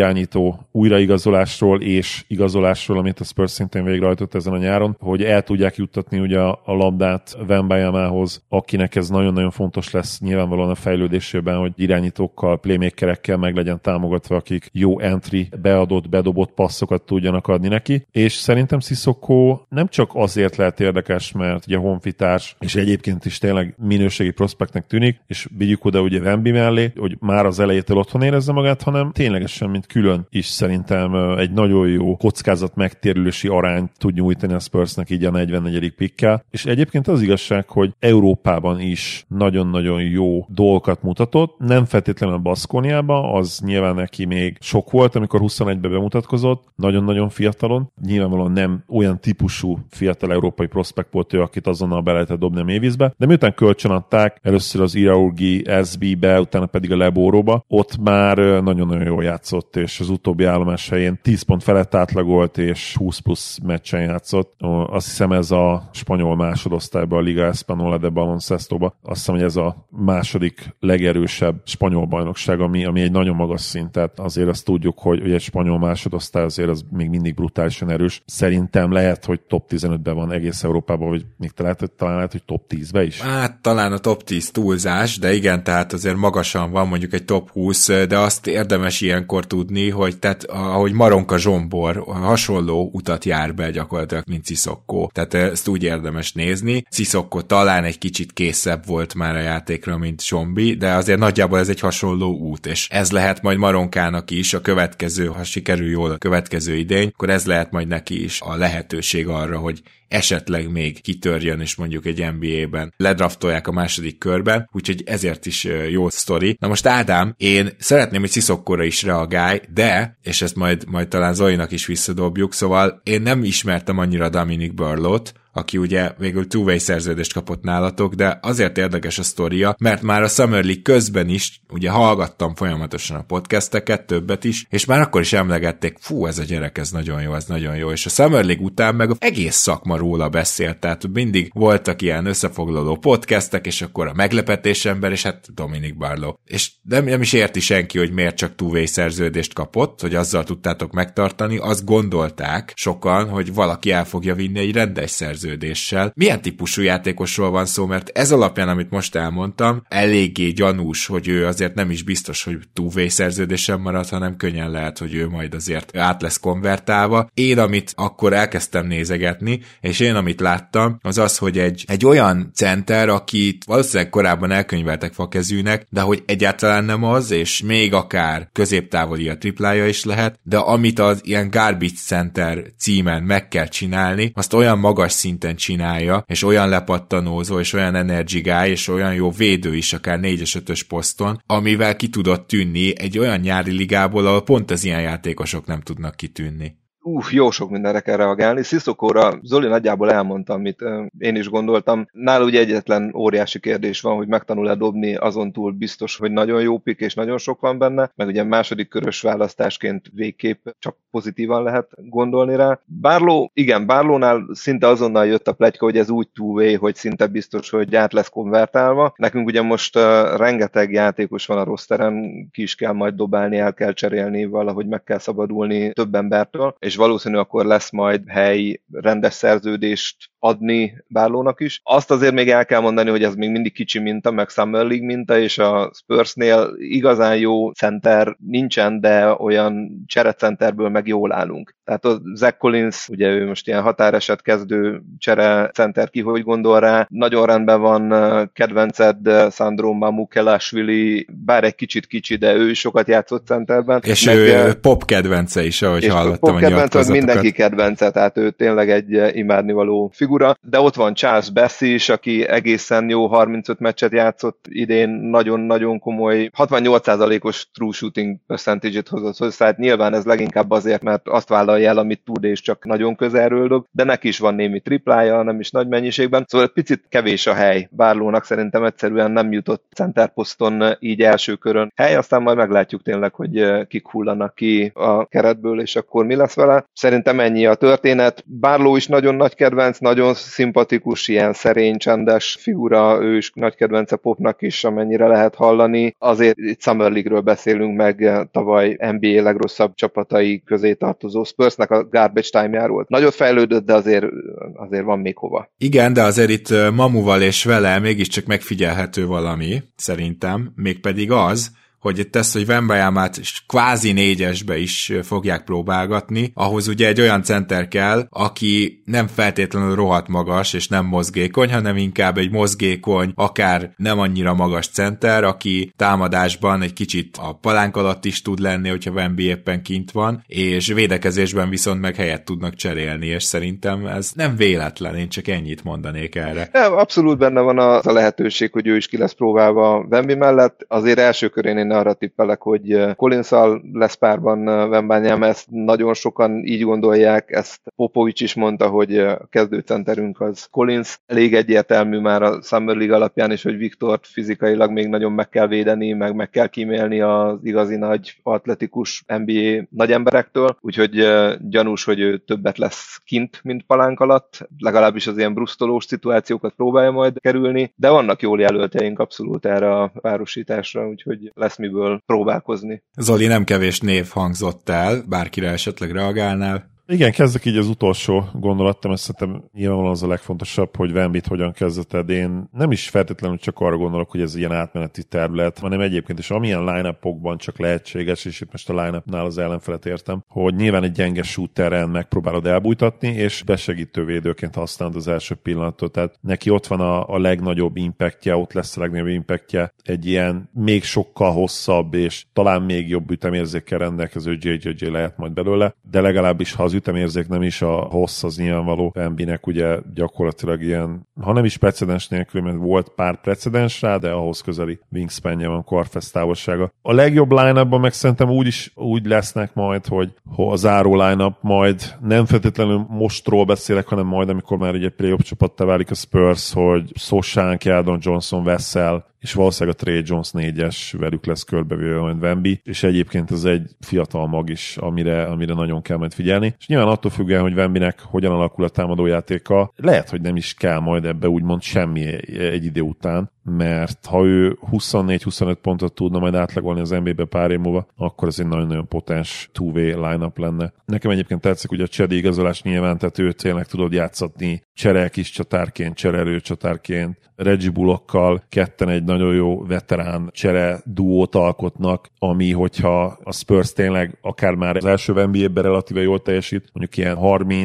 való újraigazolásról és igazolásról, amit a Spurs szintén végrehajtott ezen a nyáron, hogy el tudják juttatni ugye a labdát Wembanyamához, akinek ez nagyon-nagyon fontos lesz nyilvánvalóan a fejlődésében, hogy irányítókkal, playmakerekkel meg legyen támogatva, akik jó entry, beadott, bedobott passzokat tudjanak adni neki, és szerintem Sissoko nem csak azért lehet érdekes, mert ugye honfitárs, és egyébként is tényleg minőségi prospektnek tűnik, és vigyük oda ugye Wemby mellé, hogy már az elejétől otthon érezze magát, hanem ténylegesen, mint külön is szerintem egy nagyon jó kockázat megtérülési arányt tud nyújtani a Spursnek így a 44. pickkel, és egyébként az igazság, hogy Európában is nagyon-nagyon jó dolgokat mutatott, nem feltétlenül a Baskoniában, az nyilván neki még sok volt, amikor 21-ben bemutatkozott, nagyon-nagyon fiatalon, nyilvánvalóan nem olyan típusú fiatal európai prospekt volt ő, akit azonnal be lehetett dobni a mélyvízbe, de miután kölcsönadták, először az Iraurgi SB-be, utána pedig a Lebóróba, ott már nagyon-nagyon jól játszott, és az utóbbi állomás helyén 10 pont felett átlagolt, és 20 plusz meccsen játszott. Azt hiszem ez a spanyol másodosztályban, a Liga Española de Baloncestoba, azt hiszem, hogy ez a második legerősebb spanyol bajnokság, ami egy nagyon magas szint, tehát azért azt tudjuk, hogy egy spanyol másodosztály azért az még mindig brutálisan erős. Szerintem lehet, hogy top 15-ben van egész Európában, vagy még talán lehet, hogy top 10-ben is. Hát talán a top 10 túlzás, de igen, tehát azért magasan van mondjuk egy top 20, de azt érdemes ilyenkor tudni, hogy tehát ahogy Maronka Zsombor hasonló utat jár be gyakorlatilag, mint Sissoko. Tehát ezt úgy érdemes nézni. Sissoko talán egy kicsit készebb volt már a játékra, mint Zsombi, de azért nagyjából ez egy hasonló út, és ez lehet majd Maronkának is a következő, ha sikerül jól a következő idény, akkor ez lehet majd neki is a lehetőség arra, hogy esetleg még kitörjön, és mondjuk egy NBA-ben ledraftolják a második körben, úgyhogy ezért is jó sztori. Na most Ádám, én szeretném, hogy Sissokóra is reagálj, de, és ezt majd talán Zolinak is visszadobjuk, szóval én nem ismertem annyira Dominic Burlot, aki ugye végül two-way szerződést kapott nálatok, de azért érdekes a sztoria, mert már a Summer League közben is, ugye hallgattam folyamatosan a podcasteket, többet is, és már akkor is emlegették, fú, ez a gyerek, ez nagyon jó, és a Summer League után meg egész szakma róla beszélt, tehát mindig voltak ilyen összefoglaló podcastek, és akkor a meglepetés ember, és hát Dominic Barlow. És nem is érti senki, hogy miért csak two-way szerződést kapott, hogy azzal tudtátok megtartani, azt gondolták sokan, hogy valaki el fogja vinni egy rendes szerződéssel. Milyen típusú játékosról van szó, mert ez alapján, amit most elmondtam, eléggé gyanús, hogy ő azért nem is biztos, hogy two-way szerződésen marad, hanem könnyen lehet, hogy ő majd azért át lesz konvertálva. Én, amit akkor elkezdtem nézegetni, és én, amit láttam, az az, hogy egy olyan center, akit valószínűleg korábban elkönyveltek fakezűnek, de hogy egyáltalán nem az, és még akár középtávoli a triplája is lehet, de amit az ilyen garbage center címen meg kell csinálni, azt olyan magas szinten csinálja, és olyan lepattanózó, és olyan energy guy, és olyan jó védő is, akár 4-es 5-ös poszton, amivel ki tudott tűnni egy olyan nyári ligából, ahol pont az ilyen játékosok nem tudnak kitűnni. Jó sok mindenre kell reagálni. Sissokóra Zoli nagyjából elmondta, amit én is gondoltam. Nála ugye egyetlen óriási kérdés van, hogy megtanul-e dobni, azon túl biztos, hogy nagyon jó pick, és nagyon sok van benne, meg ugye második körös választásként végképp csak pozitívan lehet gondolni rá. Barlownál szinte azonnal jött a pletyka, hogy ez úgy two-way, hogy szinte biztos, hogy át lesz konvertálva. Nekünk ugye most rengeteg játékos van a rosteren, ki is kell majd dobálni, el kell cserélni, valahogy meg kell szabadulni több embertől, és valószínű akkor lesz majd hely rendes szerződést adni Barlownak is. Azt azért még el kell mondani, hogy ez még mindig kicsi minta, meg Summer League minta, és a Spursnél igazán jó center nincsen, de olyan cserecenterből meg jól állunk. Tehát a Zach Collins, ugye ő most ilyen határeset kezdő cserecenter, ki hogy gondol rá, nagyon rendben van kedvenced Sandro Mamukelashvili, bár egy kicsit kicsi, de ő is sokat játszott centerben. És meg, ő pop kedvence is, ahogy hallottam a nyilatkozatokat. Mindenki kedvence, tehát ő tényleg egy imádnivaló figura, de ott van Charles Bass is, aki egészen jó 35 meccset játszott idén, nagyon-nagyon komoly 68%-os true shooting percentage-et hozott hozzá, tehát nyilván ez leginkább azért, mert azt vállalja el, amit tud, és csak nagyon közelről dob, de neki is van némi triplája, nem is nagy mennyiségben, szóval picit kevés a hely. Barlownak szerintem egyszerűen nem jutott centerposzton így első körön hely, aztán majd meglátjuk tényleg, hogy kik hullanak ki a keretből, és akkor mi lesz vele. Szerintem ennyi a történet. Barlow is nagyon nagy kedvenc, nagyon szimpatikus, ilyen szerény, csendes figura, ő is nagy kedvence Popnak is, amennyire lehet hallani. Azért itt Summer League-ről beszélünk meg, tavaly NBA legrosszabb csapatai közé tartozó Spursnek a garbage time-járól. Nagyot fejlődött, de azért van még hova. Igen, de azért itt Mamuval és vele mégiscsak megfigyelhető valami, szerintem, mégpedig az, hogy itt ezt, hogy Wembanyamát kvázi 4-esbe is fogják próbálgatni, ahhoz ugye egy olyan center kell, aki nem feltétlenül rohadt magas és nem mozgékony, hanem inkább egy mozgékony, akár nem annyira magas center, aki támadásban egy kicsit a palánk alatt is tud lenni, hogyha Wemby éppen kint van, és védekezésben viszont meg helyet tudnak cserélni, és szerintem ez nem véletlen, én csak ennyit mondanék erre. Abszolút benne van az a lehetőség, hogy ő is ki lesz próbálva Wemby mellett. Azért első körén én arra tippelek, hogy Collinsszal lesz párban Wembanyama, ezt nagyon sokan így gondolják, ezt Popovics is mondta, hogy a kezdőcenterünk az Collins. Elég egyértelmű már a Summer League alapján is, hogy Viktort fizikailag még nagyon meg kell védeni, meg kell kímélni az igazi nagy atletikus NBA nagy emberektől, úgyhogy gyanús, hogy ő többet lesz kint, mint palánk alatt, legalábbis az ilyen brusztolós szituációkat próbálja majd kerülni, de vannak jól jelölteink abszolút erre a párosításra, úgyhogy lesz miből próbálkozni. Zoli, nem kevés név hangzott el, bárkire esetleg reagálnál. Igen, kezdek így az utolsó gondolattam, ezt szerintem nyilvánvalóan az a legfontosabb, hogy Wembyt hogyan kezdeted. Én nem is feltétlenül csak arra gondolok, hogy ez ilyen átmeneti terület, hanem egyébként is amilyen line-upokban csak lehetséges, és itt most a line-upnál az ellenfelet értem, hogy nyilván egy gyenge shooteren megpróbálod elbújtatni, és besegítő védőként használod az első pillanattól. Tehát neki ott van a legnagyobb impactja, ott lesz a legnagyobb impactja, egy ilyen még sokkal hosszabb, és talán még jobb ütemérzékkel rendelkező JJJ lehet majd belőle, de legalábbis ha az ütemérzék nem is a hossz, az nyilvánvaló. Wembynek ugye gyakorlatilag ilyen, ha nem is precedens nélkül, mert volt pár precedens rá, de ahhoz közeli wingspanje van, karfesz távolsága. A legjobb line-upban meg szerintem úgy lesznek majd, hogy a záró line-up majd nem feltétlenül mostról beszélek, hanem majd, amikor már egy play-off csapattá válik a Spurs, hogy Sochan, Keldon Johnson, Vassell, és valószínűleg a Trey Jones 4-es velük lesz körbevéve majd Wemby, és egyébként ez egy fiatal mag is, amire nagyon kell majd figyelni. És nyilván attól függően, hogy Wembynek hogyan alakul a támadójátéka, lehet, hogy nem is kell majd ebbe úgymond semmi egy idő után, mert ha ő 24-25 pontot tudna majd átlagolni az NBA-be pár év múlva, akkor ez egy nagyon-nagyon potens two-way line-up lenne. Nekem egyébként tetszik, hogy a Chedi igazolás nyilván, tehát őt tényleg tudod játszatni cserelkis csatárként, cserelő csatárként, Reggie Bullockkal ketten egy nagyon jó veterán csere duót alkotnak, ami, hogyha a Spurs tényleg akár már az első NBA-ben relatíve jól teljesít, mondjuk ilyen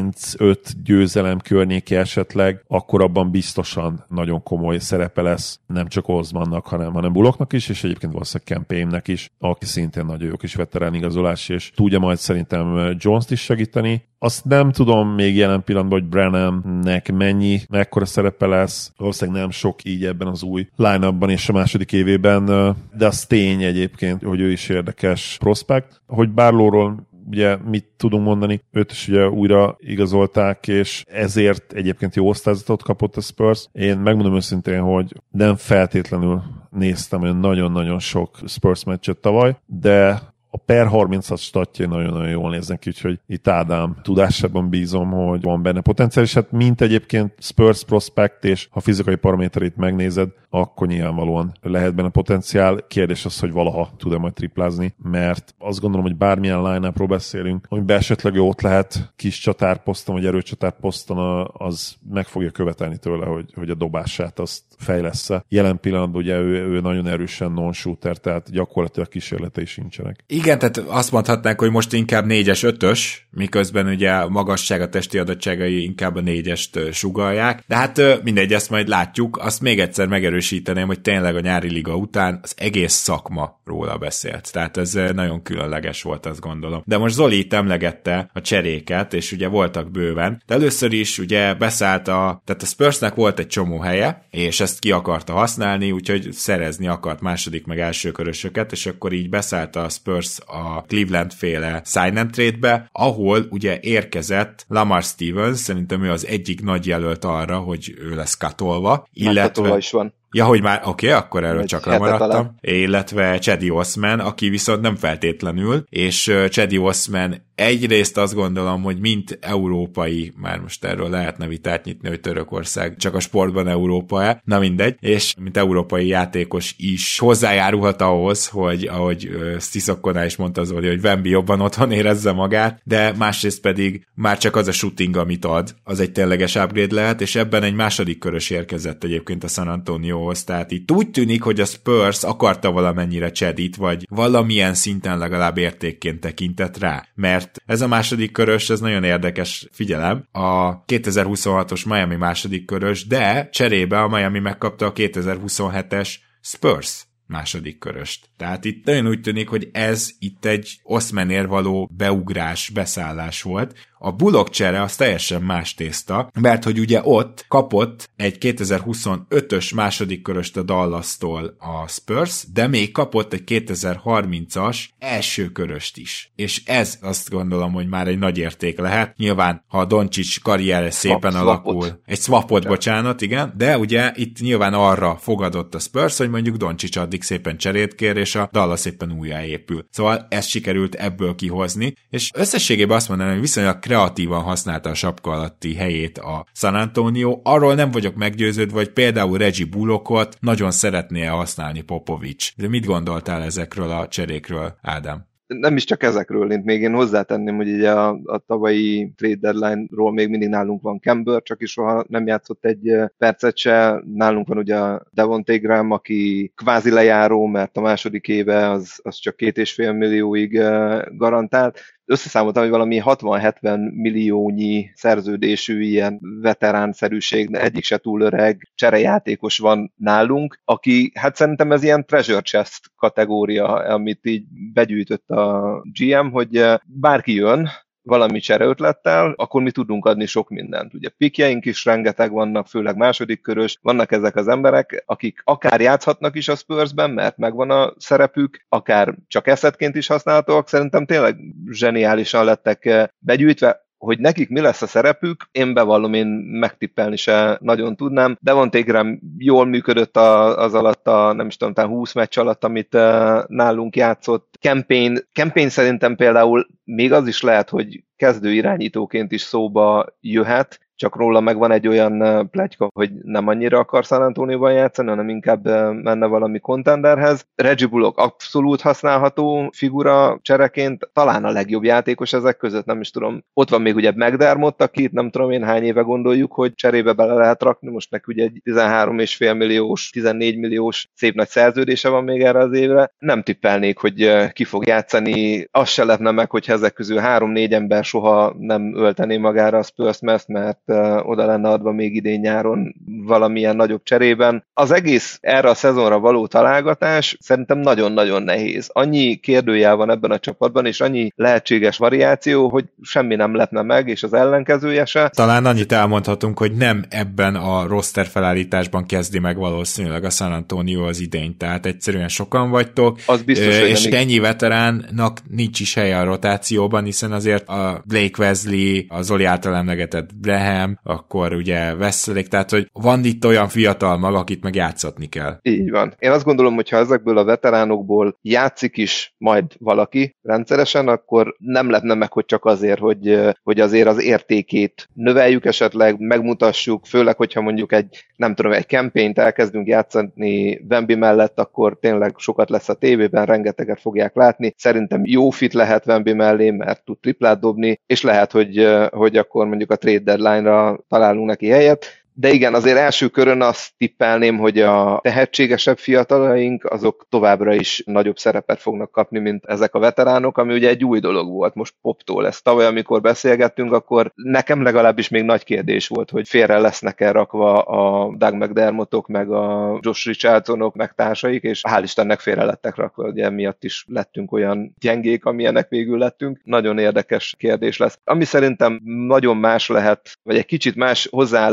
35 győzelem környéke esetleg, akkor abban biztosan nagyon komoly szerepe lesz, nem csak Osmannak, hanem Bullocknak is, és egyébként valószínűleg Campaign-nek is, aki szintén nagyon jó kis veterán igazolás, és tudja majd szerintem Jones-t is segíteni. Azt nem tudom még jelen pillanatban, hogy Branhamnek mekkora szerepe lesz, valószínűleg nem sok így ebben az új line-upban és a második évében, de az tény egyébként, hogy ő is érdekes prospekt. Hogy Barlowról ugye mit tudunk mondani, őt is ugye újra igazolták, és ezért egyébként jó osztályzatot kapott a Spurs. Én megmondom őszintén, hogy nem feltétlenül néztem olyan nagyon-nagyon sok Spurs meccset tavaly, de a per 30-as statjai nagyon-nagyon jól néznek ki, úgyhogy itt Ádám tudásában bízom, hogy van benne potenciál, és hát mint egyébként Spurs prospect, és ha fizikai paraméterét megnézed, akkor nyilvánvalóan lehet benne potenciál. Kérdés az, hogy valaha tud-e majd triplázni, mert azt gondolom, hogy bármilyen line-upról beszélünk, amiben esetleg ott lehet kis csatárposzton, vagy erőcsatárposzton, az meg fogja követelni tőle, hogy a dobását azt fejlessze. Jelen pillanatban ugye ő nagyon erősen non-shooter, tehát gyakorlatilag kísérletei sincsenek. Igen, tehát azt mondhatnánk, hogy most inkább 4-es, 5-ös, miközben ugye a magasság, a testi adottságai inkább a 4-est sugallják, de hát mindegy, ezt majd látjuk. Azt még egyszer megerősíteném, hogy tényleg a nyári liga után az egész szakma róla beszélt. Tehát ez nagyon különleges volt, azt gondolom. De most Zoli itt emlegette a cseréket, és ugye voltak bőven, de először is ugye beszállt tehát a Spursnek volt egy csomó helye, és ezt ki akarta használni, úgyhogy szerezni akart második meg első körösöket, és akkor így beszállt a Spurs a Cleveland féle sign and trade-be, ahol ugye érkezett Lamar Stevens, szerintem ő az egyik nagy jelölt arra, hogy ő lesz katolva. Illetve is van. Ja, hogy már, oké, akkor erről Egy csak hetet lemaradtam. talán. Illetve Cedi Osman, aki viszont nem feltétlenül, és Cedi Osman egyrészt azt gondolom, hogy mint európai, már most erről lehetne vitát nyitni, hogy Törökország csak a sportban Európa-e, na mindegy, és mint európai játékos is hozzájárulhat ahhoz, hogy ahogy Sziszokkonál is mondta Zoli, hogy Wemby jobban otthon érezze magát, de másrészt pedig már csak az a shooting, amit ad, az egy tényleges upgrade lehet, és ebben egy második körös érkezett egyébként a San Antoniohoz, tehát itt úgy tűnik, hogy a Spurs akarta valamennyire Cedit, vagy valamilyen szinten legalább értékként tekintett rá, mert ez a második körös, ez nagyon érdekes, figyelem, a 2026-os Miami második körös, de cserébe a Miami megkapta a 2027-es Spurs második köröst. Tehát itt nagyon úgy tűnik, hogy ez itt egy Osmanért való beugrás, beszállás volt. A Bullock csere az teljesen más tészta, mert hogy ugye ott kapott egy 2025-ös második köröst a Dallas-tól a Spurs, de még kapott egy 2030-as első köröst is. És ez azt gondolom, hogy már egy nagy érték lehet. Nyilván, ha a Doncic karriere szépen alakul. Egy swapot, bocsánat, igen, de ugye itt nyilván arra fogadott a Spurs, hogy mondjuk Doncic addig szépen cserét kér, és a Dallas szépen újjáépül. Szóval ezt sikerült ebből kihozni, és összességében azt mondanám, hogy viszonylag kreatívan használta a sapka alatti helyét a San Antonio. Arról nem vagyok meggyőződve, hogy például Reggie Bullockot nagyon szeretné használni Popovics. De mit gondoltál ezekről a cserékről, Ádám? Nem is csak ezekről, még én hozzátenném, hogy ugye a tavalyi trade deadline-ról még mindig nálunk van Kember, csak is soha nem játszott egy percet se. Nálunk van ugye a Devontae Graham, aki kvázi lejáró, mert a második éve az csak 2,5 millióig garantált. Összeszámoltam, hogy valami 60-70 milliónyi szerződésű ilyen veteránszerűség, egyik se túl öreg cserejátékos van nálunk, aki, hát szerintem ez ilyen treasure chest kategória, amit így begyűjtött a GM, hogy bárki jön, valami csereötlettel, akkor mi tudunk adni sok mindent. Ugye pikjeink is rengeteg vannak, főleg második körös, vannak ezek az emberek, akik akár játszhatnak is a Spursben, mert megvan a szerepük, akár csak eszetként is használhatóak, szerintem tényleg zseniálisan lettek begyűjtve. Hogy nekik mi lesz a szerepük, én bevallom, én megtippelni se nagyon tudnám. Devontae Graham jól működött az alatt nem is tudom, 20 meccs alatt, amit nálunk játszott. Campaign szerintem például még az is lehet, hogy kezdő irányítóként is szóba jöhet, csak róla megvan egy olyan pletyka, hogy nem annyira akar San Antonioban játszani, hanem inkább menne valami contenderhez. Reggie Bullock abszolút használható figura csereként, talán a legjobb játékos ezek között, nem is tudom. Ott van még ugye McDermott, akit nem tudom én hány éve gondoljuk, hogy cserébe bele lehet rakni, most neki ugye egy 13,5 milliós, 14 milliós szép nagy szerződése van még erre az évre. Nem tippelnék, hogy ki fog játszani. Az se lepne meg, hogyha ezek közül 3-4 ember soha nem öltené magára a Spurs mert oda lenne adva még idén-nyáron valamilyen nagyobb cserében. Az egész erre a szezonra való találgatás szerintem nagyon-nagyon nehéz. Annyi kérdőjel van ebben a csapatban, és annyi lehetséges variáció, hogy semmi nem lepne meg, és az ellenkezője se. Talán annyit elmondhatunk, hogy nem ebben a roster felállításban kezdi meg valószínűleg a San Antonio az idény, tehát egyszerűen sokan vagytok, az biztos, és ennyi veteránnak nincs is helye a rotációban, hiszen azért a Blake Wesley, a Zoli által emlegetett Braham, akkor ugye Veszelék, tehát hogy van itt olyan fiatal mag, akit meg játszatni kell. Így van. Én azt gondolom, hogy ha ezekből a veteránokból játszik is majd valaki rendszeresen, akkor nem lepne meg, hogy csak azért, hogy azért az értékét növeljük esetleg, megmutassuk, főleg, hogyha mondjuk egy campaignt elkezdünk játszani Wemby mellett, akkor tényleg sokat lesz a tévében, rengeteget fogják látni. Szerintem jó fit lehet Wemby mellé, mert tud triplát dobni, és lehet, hogy akkor mondjuk a trade deadline-ra találunk neki helyet. De igen, azért első körön azt tippelném, hogy a tehetségesebb fiatalaink azok továbbra is nagyobb szerepet fognak kapni, mint ezek a veteránok, ami ugye egy új dolog volt most Poptól. Ezt tavaly, amikor beszélgettünk, akkor nekem legalábbis még nagy kérdés volt, hogy félre lesznek-e rakva a Doug McDermottok, meg a Josh Richardsonok, meg társaik, és hál' Istennek félre lettek rakva, ugye emiatt is lettünk olyan gyengék, amilyenek végül lettünk. Nagyon érdekes kérdés lesz. Ami szerintem nagyon más lehet, vagy egy kicsit más hozzáállást igényel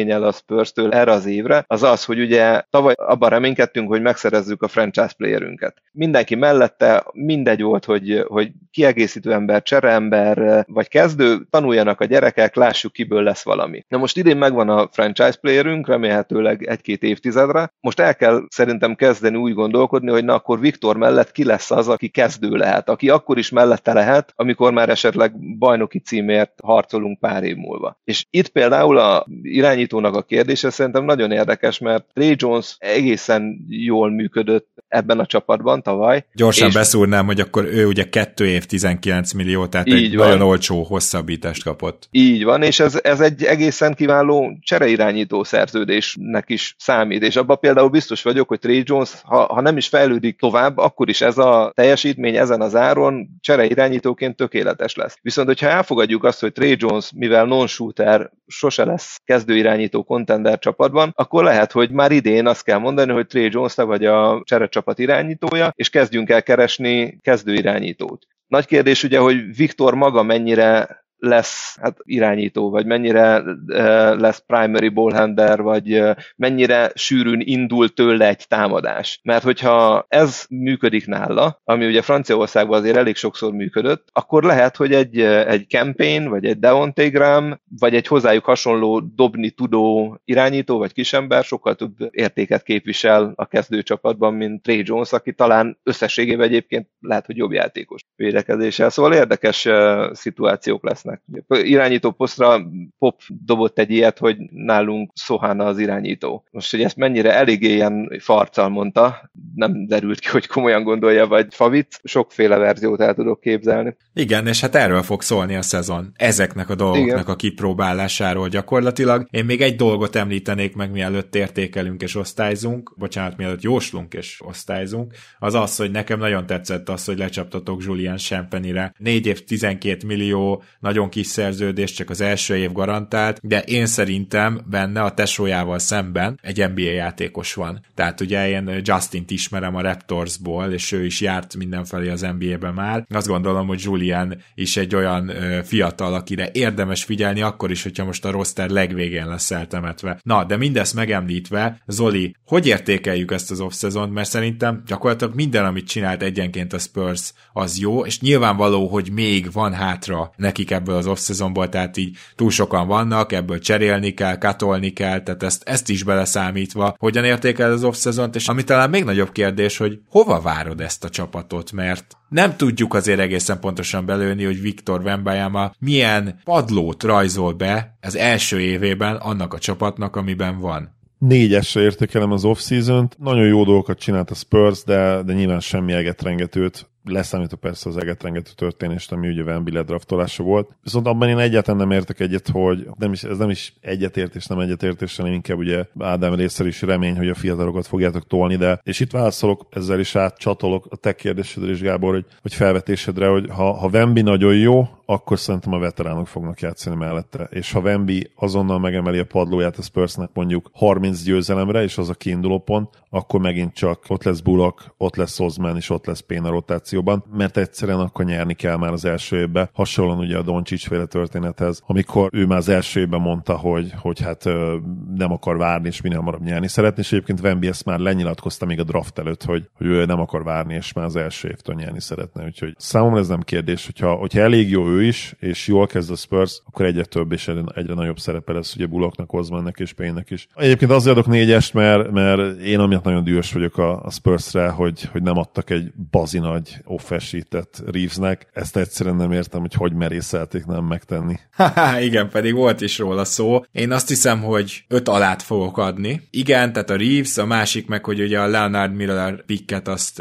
igényel a Spurs-től erre az évre, az az, hogy ugye tavaly abban reménykedtünk, hogy megszerezzük a franchise playerünket. Mindenki mellette, mindegy volt, hogy kiegészítő ember, csereember, vagy kezdő, tanuljanak a gyerekek, lássuk, kiből lesz valami. Na most idén megvan a franchise playerünk, remélhetőleg 1-2 évtizedre. Most el kell szerintem kezdeni úgy gondolkodni, hogy na akkor Viktor mellett ki lesz az, aki kezdő lehet, aki akkor is mellette lehet, amikor már esetleg bajnoki címért harcolunk pár év múlva. És itt például a irányítónak a kérdése szerintem nagyon érdekes, mert Ray Jones egészen jól működött ebben a csapatban tavaly. Gyorsan beszúrnám, hogy akkor ő ugye 2 év 19 millió, tehát egy nagyon olcsó hosszabbítást kapott. Így van, és ez egy egészen kiváló csereirányító szerződésnek is számít, és abban például biztos vagyok, hogy Ray Jones, ha nem is fejlődik tovább, akkor is ez a teljesítmény ezen az áron csereirányítóként tökéletes lesz. Viszont, hogyha elfogadjuk azt, hogy Ray Jones, mivel non-shooter, sose lesz kezdőirányító contender csapatban, akkor lehet, hogy már idén azt kell mondani, hogy Ray Jones te vagy a cserecsapat irányítója, és kezdjünk el keresni kezdőirányítót. Nagy kérdés ugye, hogy Viktor maga mennyire lesz irányító, vagy mennyire lesz primary ballhandler, vagy mennyire sűrűn indul tőle egy támadás. Mert hogyha ez működik nála, ami ugye Franciaországban azért elég sokszor működött, akkor lehet, hogy egy campaign, vagy egy Devontae Graham, vagy egy hozzájuk hasonló dobni tudó irányító, vagy kisember sokkal több értéket képvisel a kezdőcsapatban, mint Ray Jones, aki talán összességében egyébként lehet, hogy jobb játékos védekezéssel. Szóval érdekes szituációk lesznek. Irányító posztra Pop dobott egy ilyet, hogy nálunk Sohana az irányító. Most, hogy ezt mennyire eléggé ilyen farccal mondta, nem derült ki, hogy komolyan gondolja, vagy favit, sokféle verziót el tudok képzelni. Igen, és hát erről fog szólni a szezon. Ezeknek a dolgoknak a kipróbálásáról gyakorlatilag. Én még egy dolgot említenék meg, mielőtt értékelünk és osztályzunk, mielőtt jóslunk és osztályzunk, az az, hogy nekem nagyon tetszett az, hogy lecsaptatok Julian Champagnyre. 4 év 12 millió, nagyon kis szerződés, csak az első év garantált, de én szerintem benne a tesójával szemben egy NBA játékos van. Tehát ugye én Justint ismerem a Raptorsból, és ő is járt mindenfelé az NBA-be már. Azt gondolom, hogy Julian is egy olyan fiatal, akire érdemes figyelni, akkor is, hogyha most a roster legvégén lesz eltemetve. Na, de mindezt megemlítve, Zoli, hogy értékeljük ezt az off-szezont, mert szerintem gyakorlatilag minden, amit csinált egyenként a Spurs, az jó, és nyilvánvaló, hogy még van hátra nekik ebből az off-szezonból, tehát így túl sokan vannak, ebből cserélni kell, katolni kell, tehát ezt is beleszámítva, hogyan értékel az off-szezont, és ami talán még nagyobb kérdés, hogy hova várod ezt a csapatot, mert nem tudjuk azért egészen pontosan belőni, hogy Victor Wembanyama milyen padlót rajzol be az első évében annak a csapatnak, amiben van. 4-esre értékelem az off-season-t. Nagyon jó dolgokat csinált a Spurs, de nyilván semmi egetrengetőt. Leszámítva persze az egetrengető történést, ami ugye Wemby ledraftolása volt. Viszont abban én egyáltalán nem értek egyet, hogy ez nem is egyetértés, nem egyetértés, hanem inkább ugye Ádám részéről is remény, hogy a fiatalokat fogjátok tolni, de és itt válaszolok, ezzel is átcsatolok a te kérdésedre is, Gábor, hogy felvetésedre, hogy ha Wemby nagyon jó, akkor szerintem a veteránok fognak játszani mellette. És ha Wemby azonnal megemeli a padlóját a Spursnek mondjuk 30 győzelemre, és az a kiinduló pont, akkor megint csak ott lesz Bullock, ott lesz Osman, és ott lesz Payne a rotációban, mert egyszerűen akkor nyerni kell már az első évben. Hasonlóan ugye a Doncic féle történethez, amikor ő már az első évben mondta, hogy hát nem akar várni, és minél hamarabb nyerni szeretni, és egyébként Wemby ezt már lenyilatkozta még a draft előtt, hogy ő nem akar várni, és már az első évtől nyerni szeretne. Úgyhogy számomra ez nem kérdés, hogyha elég jó ő is, és jól kezd a Spurs, akkor egyre több és egyre nagyobb szerepe lesz ugye Bullocknak, Osmannek és Payne-nek is. Egyébként azért adok 4-est, mert én amiatt nagyon dühös vagyok a Spursre, hogy nem adtak egy bazi nagy off-esített Reevesnek. Ezt egyszerűen nem értem, hogy merészelték nem megtenni. Igen, pedig volt is róla szó. Én azt hiszem, hogy 5 alát fogok adni. Igen, tehát a Reeves, a másik meg, hogy ugye a Leonard Miller picket azt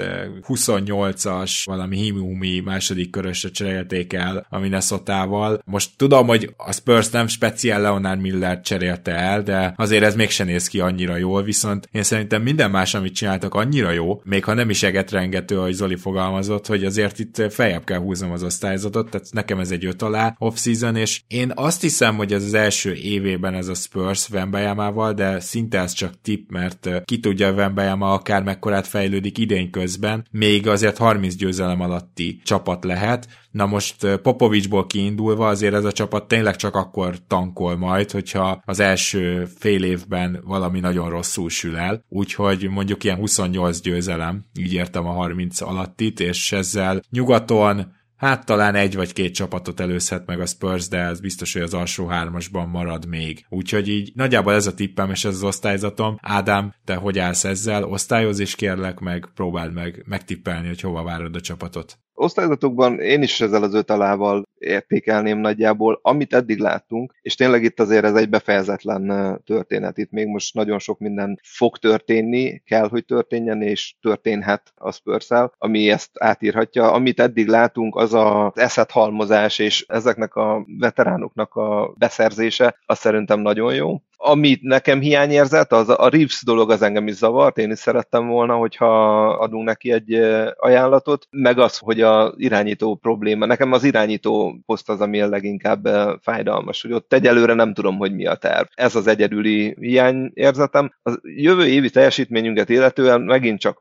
28-as valami himi második körösre cserélték el a Minnesotával. Most tudom, hogy a Spurs nem speciál Leonard Miller cserélte el, de azért ez mégsem néz ki annyira jól, viszont én szerintem minden más, amit csináltak, annyira jó, még ha nem is egetrengető, ahogy Zoli fogalmazott, fogalmazott, hogy azért itt feljebb kell húznom az osztályzatot, tehát nekem ez egy 5 alá off-season, és én azt hiszem, hogy ez az első évében ez a Spurs Wembanyamával, de szinte ez csak tipp, mert ki tudja, Wembanyama akár mekkorát fejlődik idén közben, még azért 30 győzelem alatti csapat lehet. Na most Popovicsból kiindulva azért ez a csapat tényleg csak akkor tankol majd, hogyha az első fél évben valami nagyon rosszul sül el. Úgyhogy mondjuk ilyen 28 győzelem, így értem a 30 alattit, és ezzel nyugaton hát talán 1 vagy 2 csapatot előzhet meg a Spurs, de ez biztos, hogy az alsó 3-asban marad még. Úgyhogy így nagyjából ez a tippem, és ez az osztályzatom. Ádám, te hogy állsz ezzel? Osztályoz és kérlek meg, próbáld meg megtippelni, hogy hova várod a csapatot. Osztályzatokban én is ezzel az 5 alával értékelném nagyjából, amit eddig láttunk, és tényleg itt azért ez egy befejezetlen történet. Itt még most nagyon sok minden fog történni, kell, hogy történjen, és történhet a Spurs-szel, ami ezt átírhatja. Amit eddig látunk, az az eszethalmozás, és ezeknek a veteránoknak a beszerzése, az szerintem nagyon jó. Amit nekem hiányérzet, az a Reeves dolog, az engem is zavart, én is szerettem volna, hogyha adunk neki egy ajánlatot, meg az, hogy az irányító probléma. Nekem az irányító poszt az, ami a leginkább fájdalmas, hogy ott egyelőre nem tudom, hogy mi a terv. Ez az egyedüli hiányérzetem. Az jövő évi teljesítményünket illetően megint csak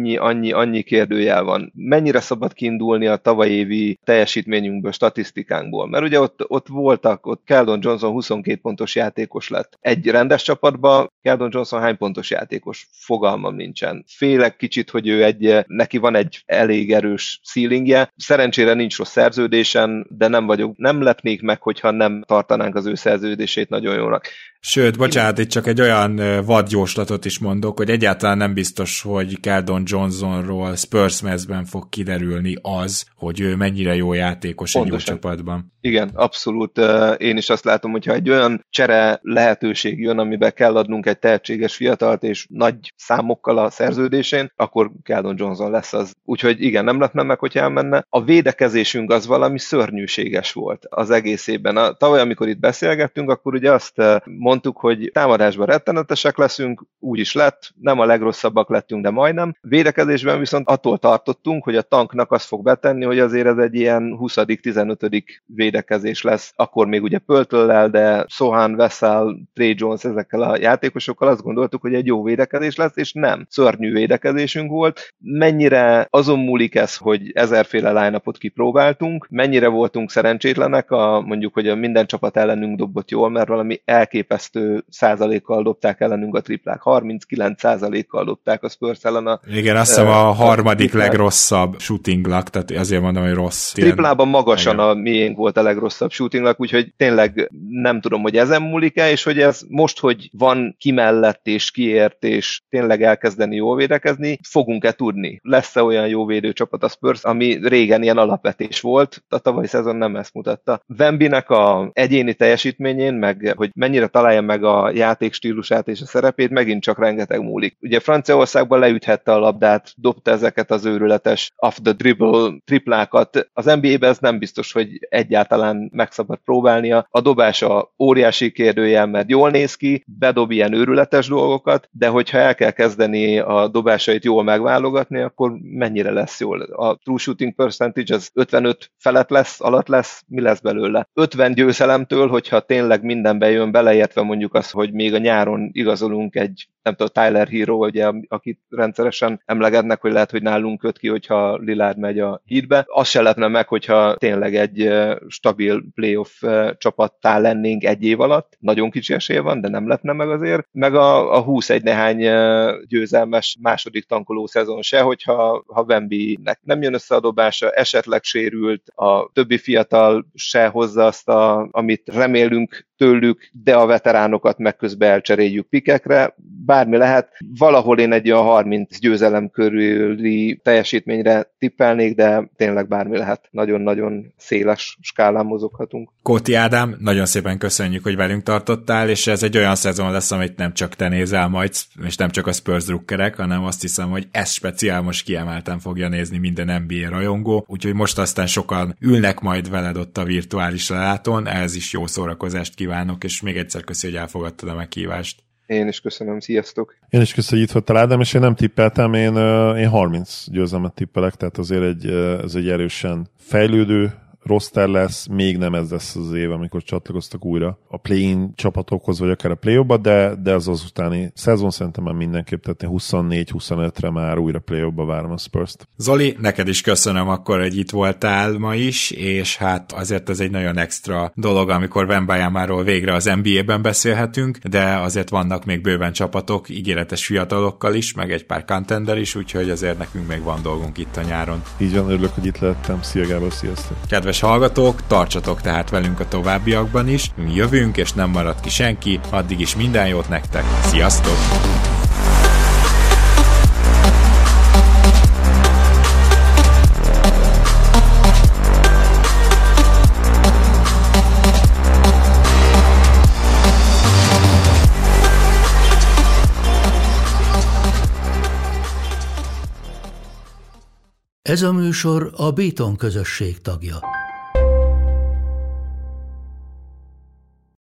annyi kérdőjel van. Mennyire szabad kiindulni a tavaly évi teljesítményünkből, statisztikánkból? Mert ugye ott voltak, ott Keldon Johnson 22 pontos játékos lett. Egy rendes csapatban Keldon Johnson hány pontos játékos? Fogalmam nincsen. Félek kicsit, hogy neki van egy elég erős ceilingje. Szerencsére nincs rossz szerződésen, de nem lepnék meg, hogyha nem tartanánk az ő szerződését nagyon jónak. Sőt, bocsánat, itt csak egy olyan vadjóslatot is mondok, hogy egyáltalán nem biztos, hogy Keldon Johnsonról Spurs mezben fog kiderülni az, hogy ő mennyire jó játékos egy jó csapatban. Igen, abszolút. Én is azt látom, hogyha egy olyan csere lehetőség jön, amiben kell adnunk egy tehetséges fiatalt és nagy számokkal a szerződésén, akkor Keldon Johnson lesz az. Úgyhogy igen, nem lepne meg, hogy elmenne. A védekezésünk az valami szörnyűséges volt az egész évben. Tavaly, amikor itt beszélgettünk, akkor ugye azt mondtuk, hogy támadásban rettenetesek leszünk, úgy is lett, nem a legrosszabbak lettünk, de majdnem. Védekezésben viszont attól tartottunk, hogy a tanknak azt fog betenni, hogy azért ez egy ilyen 20.-15. védekezés lesz. Akkor még ugye Pöltöllel, de Sohan, Vassell, Trey Jones, ezekkel a játékosokkal azt gondoltuk, hogy egy jó védekezés lesz, és nem. Szörnyű védekezésünk volt. Mennyire azon múlik ez, hogy ezerféle line-upot kipróbáltunk, mennyire voltunk szerencsétlenek, mondjuk, hogy a minden csapat ellenünk dobott jól, mert valami elképesztő százalékkal dobták ellenünk a triplák. 39%-kal dobták a Spurs ellen igen, azt hiszem a harmadik legrosszabb shooting luck, tehát azért mondom, hogy rossz. Triplában magasan igen. A miénk volt a legrosszabb shooting luck, úgyhogy tényleg nem tudom, hogy ezen múlik-e, és hogy ez most, hogy van ki mellett és kiért, és tényleg elkezdeni jól védekezni, fogunk-e tudni? Lesz-e olyan jó védőcsapat a Spurs, ami régen ilyen alapvetés volt, a tavalyi szezon nem ezt mutatta. Wembynek a egyéni teljesítményén, meg hogy mennyire találja meg a játékstílusát és a szerepét, megint csak rengeteg múlik. Ugye Franciaországban leüthette a labdát, dobta ezeket az őrületes off the dribble triplákat. Az NBA-ben ez nem biztos, hogy egyáltalán meg szabad próbálnia. A dobása óriási kérdőjel, mert jól néz ki, bedob ilyen őrületes dolgokat, de hogyha el kell kezdeni a dobásait jól megválogatni, akkor mennyire lesz jól? A true shooting percentage az 55 felett lesz, alatt lesz, mi lesz belőle? 50 győzelemtől, hogyha tényleg mindenbe jön, beleértve mondjuk azt, hogy még a nyáron igazolunk egy, nem tudom, Tyler Hero, ugye, akit rendszeresen emlegetnek, hogy lehet, hogy nálunk köt ki, hogyha Lillard megy a Heatbe. Azt se lepne meg, hogyha tényleg egy stabil playoff csapattá lennénk egy év alatt. Nagyon kicsi esély van, de nem lepne meg azért. Meg a 21 néhány győzelmes második tankoló szezon se, hogyha Wembynek nem jön össze a dobása, esetleg sérült, a többi fiatal se hozza azt, amit remélünk tőlük, de a veteránokat meg közben elcseréljük pikekre. Bármi lehet. Valahol én egy olyan 30 győzelem körüli teljesítményre tippelnék, de tényleg bármi lehet. Nagyon-nagyon széles skálán mozoghatunk. Kóti Ádám, nagyon szépen köszönjük, hogy velünk tartottál, és ez egy olyan szezon lesz, amit nem csak te nézel majd, és nem csak a Spurs drukkerek, hanem azt hiszem, hogy ezt speciál most kiemelten fogja nézni minden NBA rajongó, úgyhogy most aztán sokan ülnek majd veled ott a virtuális lelátón, ehhez is jó szórakozást kívánok, és még egyszer köszi, hogy elfogadtad a meghívást. Én is köszönöm, sziasztok! Én is köszönöm, hogy itt voltál, Ádám, és én nem tippeltem, én 30 győzelmet tippelek, tehát azért ez egy erősen fejlődő roster lesz, még nem ez lesz az év, amikor csatlakoztak újra a play-in csapatokhoz, vagy akár a play-offba, de az utáni szezon szerintem már mindenképp, tehát 24-25-re már újra play-offba várom a Spurs-t. Zoli, neked is köszönöm akkor, hogy itt voltál ma is, és hát azért ez egy nagyon extra dolog, amikor Wembanyamaról végre az NBA-ben beszélhetünk, de azért vannak még bőven csapatok, ígéretes fiatalokkal is, meg egy pár contender is, úgyhogy azért nekünk még van dolgunk itt a nyáron. Így van, örülök, hogy itt lehettem. Szia Gábor, sziasztok! Kedves hallgatók, tartsatok tehát velünk a továbbiakban is, mi jövünk, és nem marad ki senki, addig is minden jót nektek, sziasztok! Ez a műsor a Béton közösség tagja.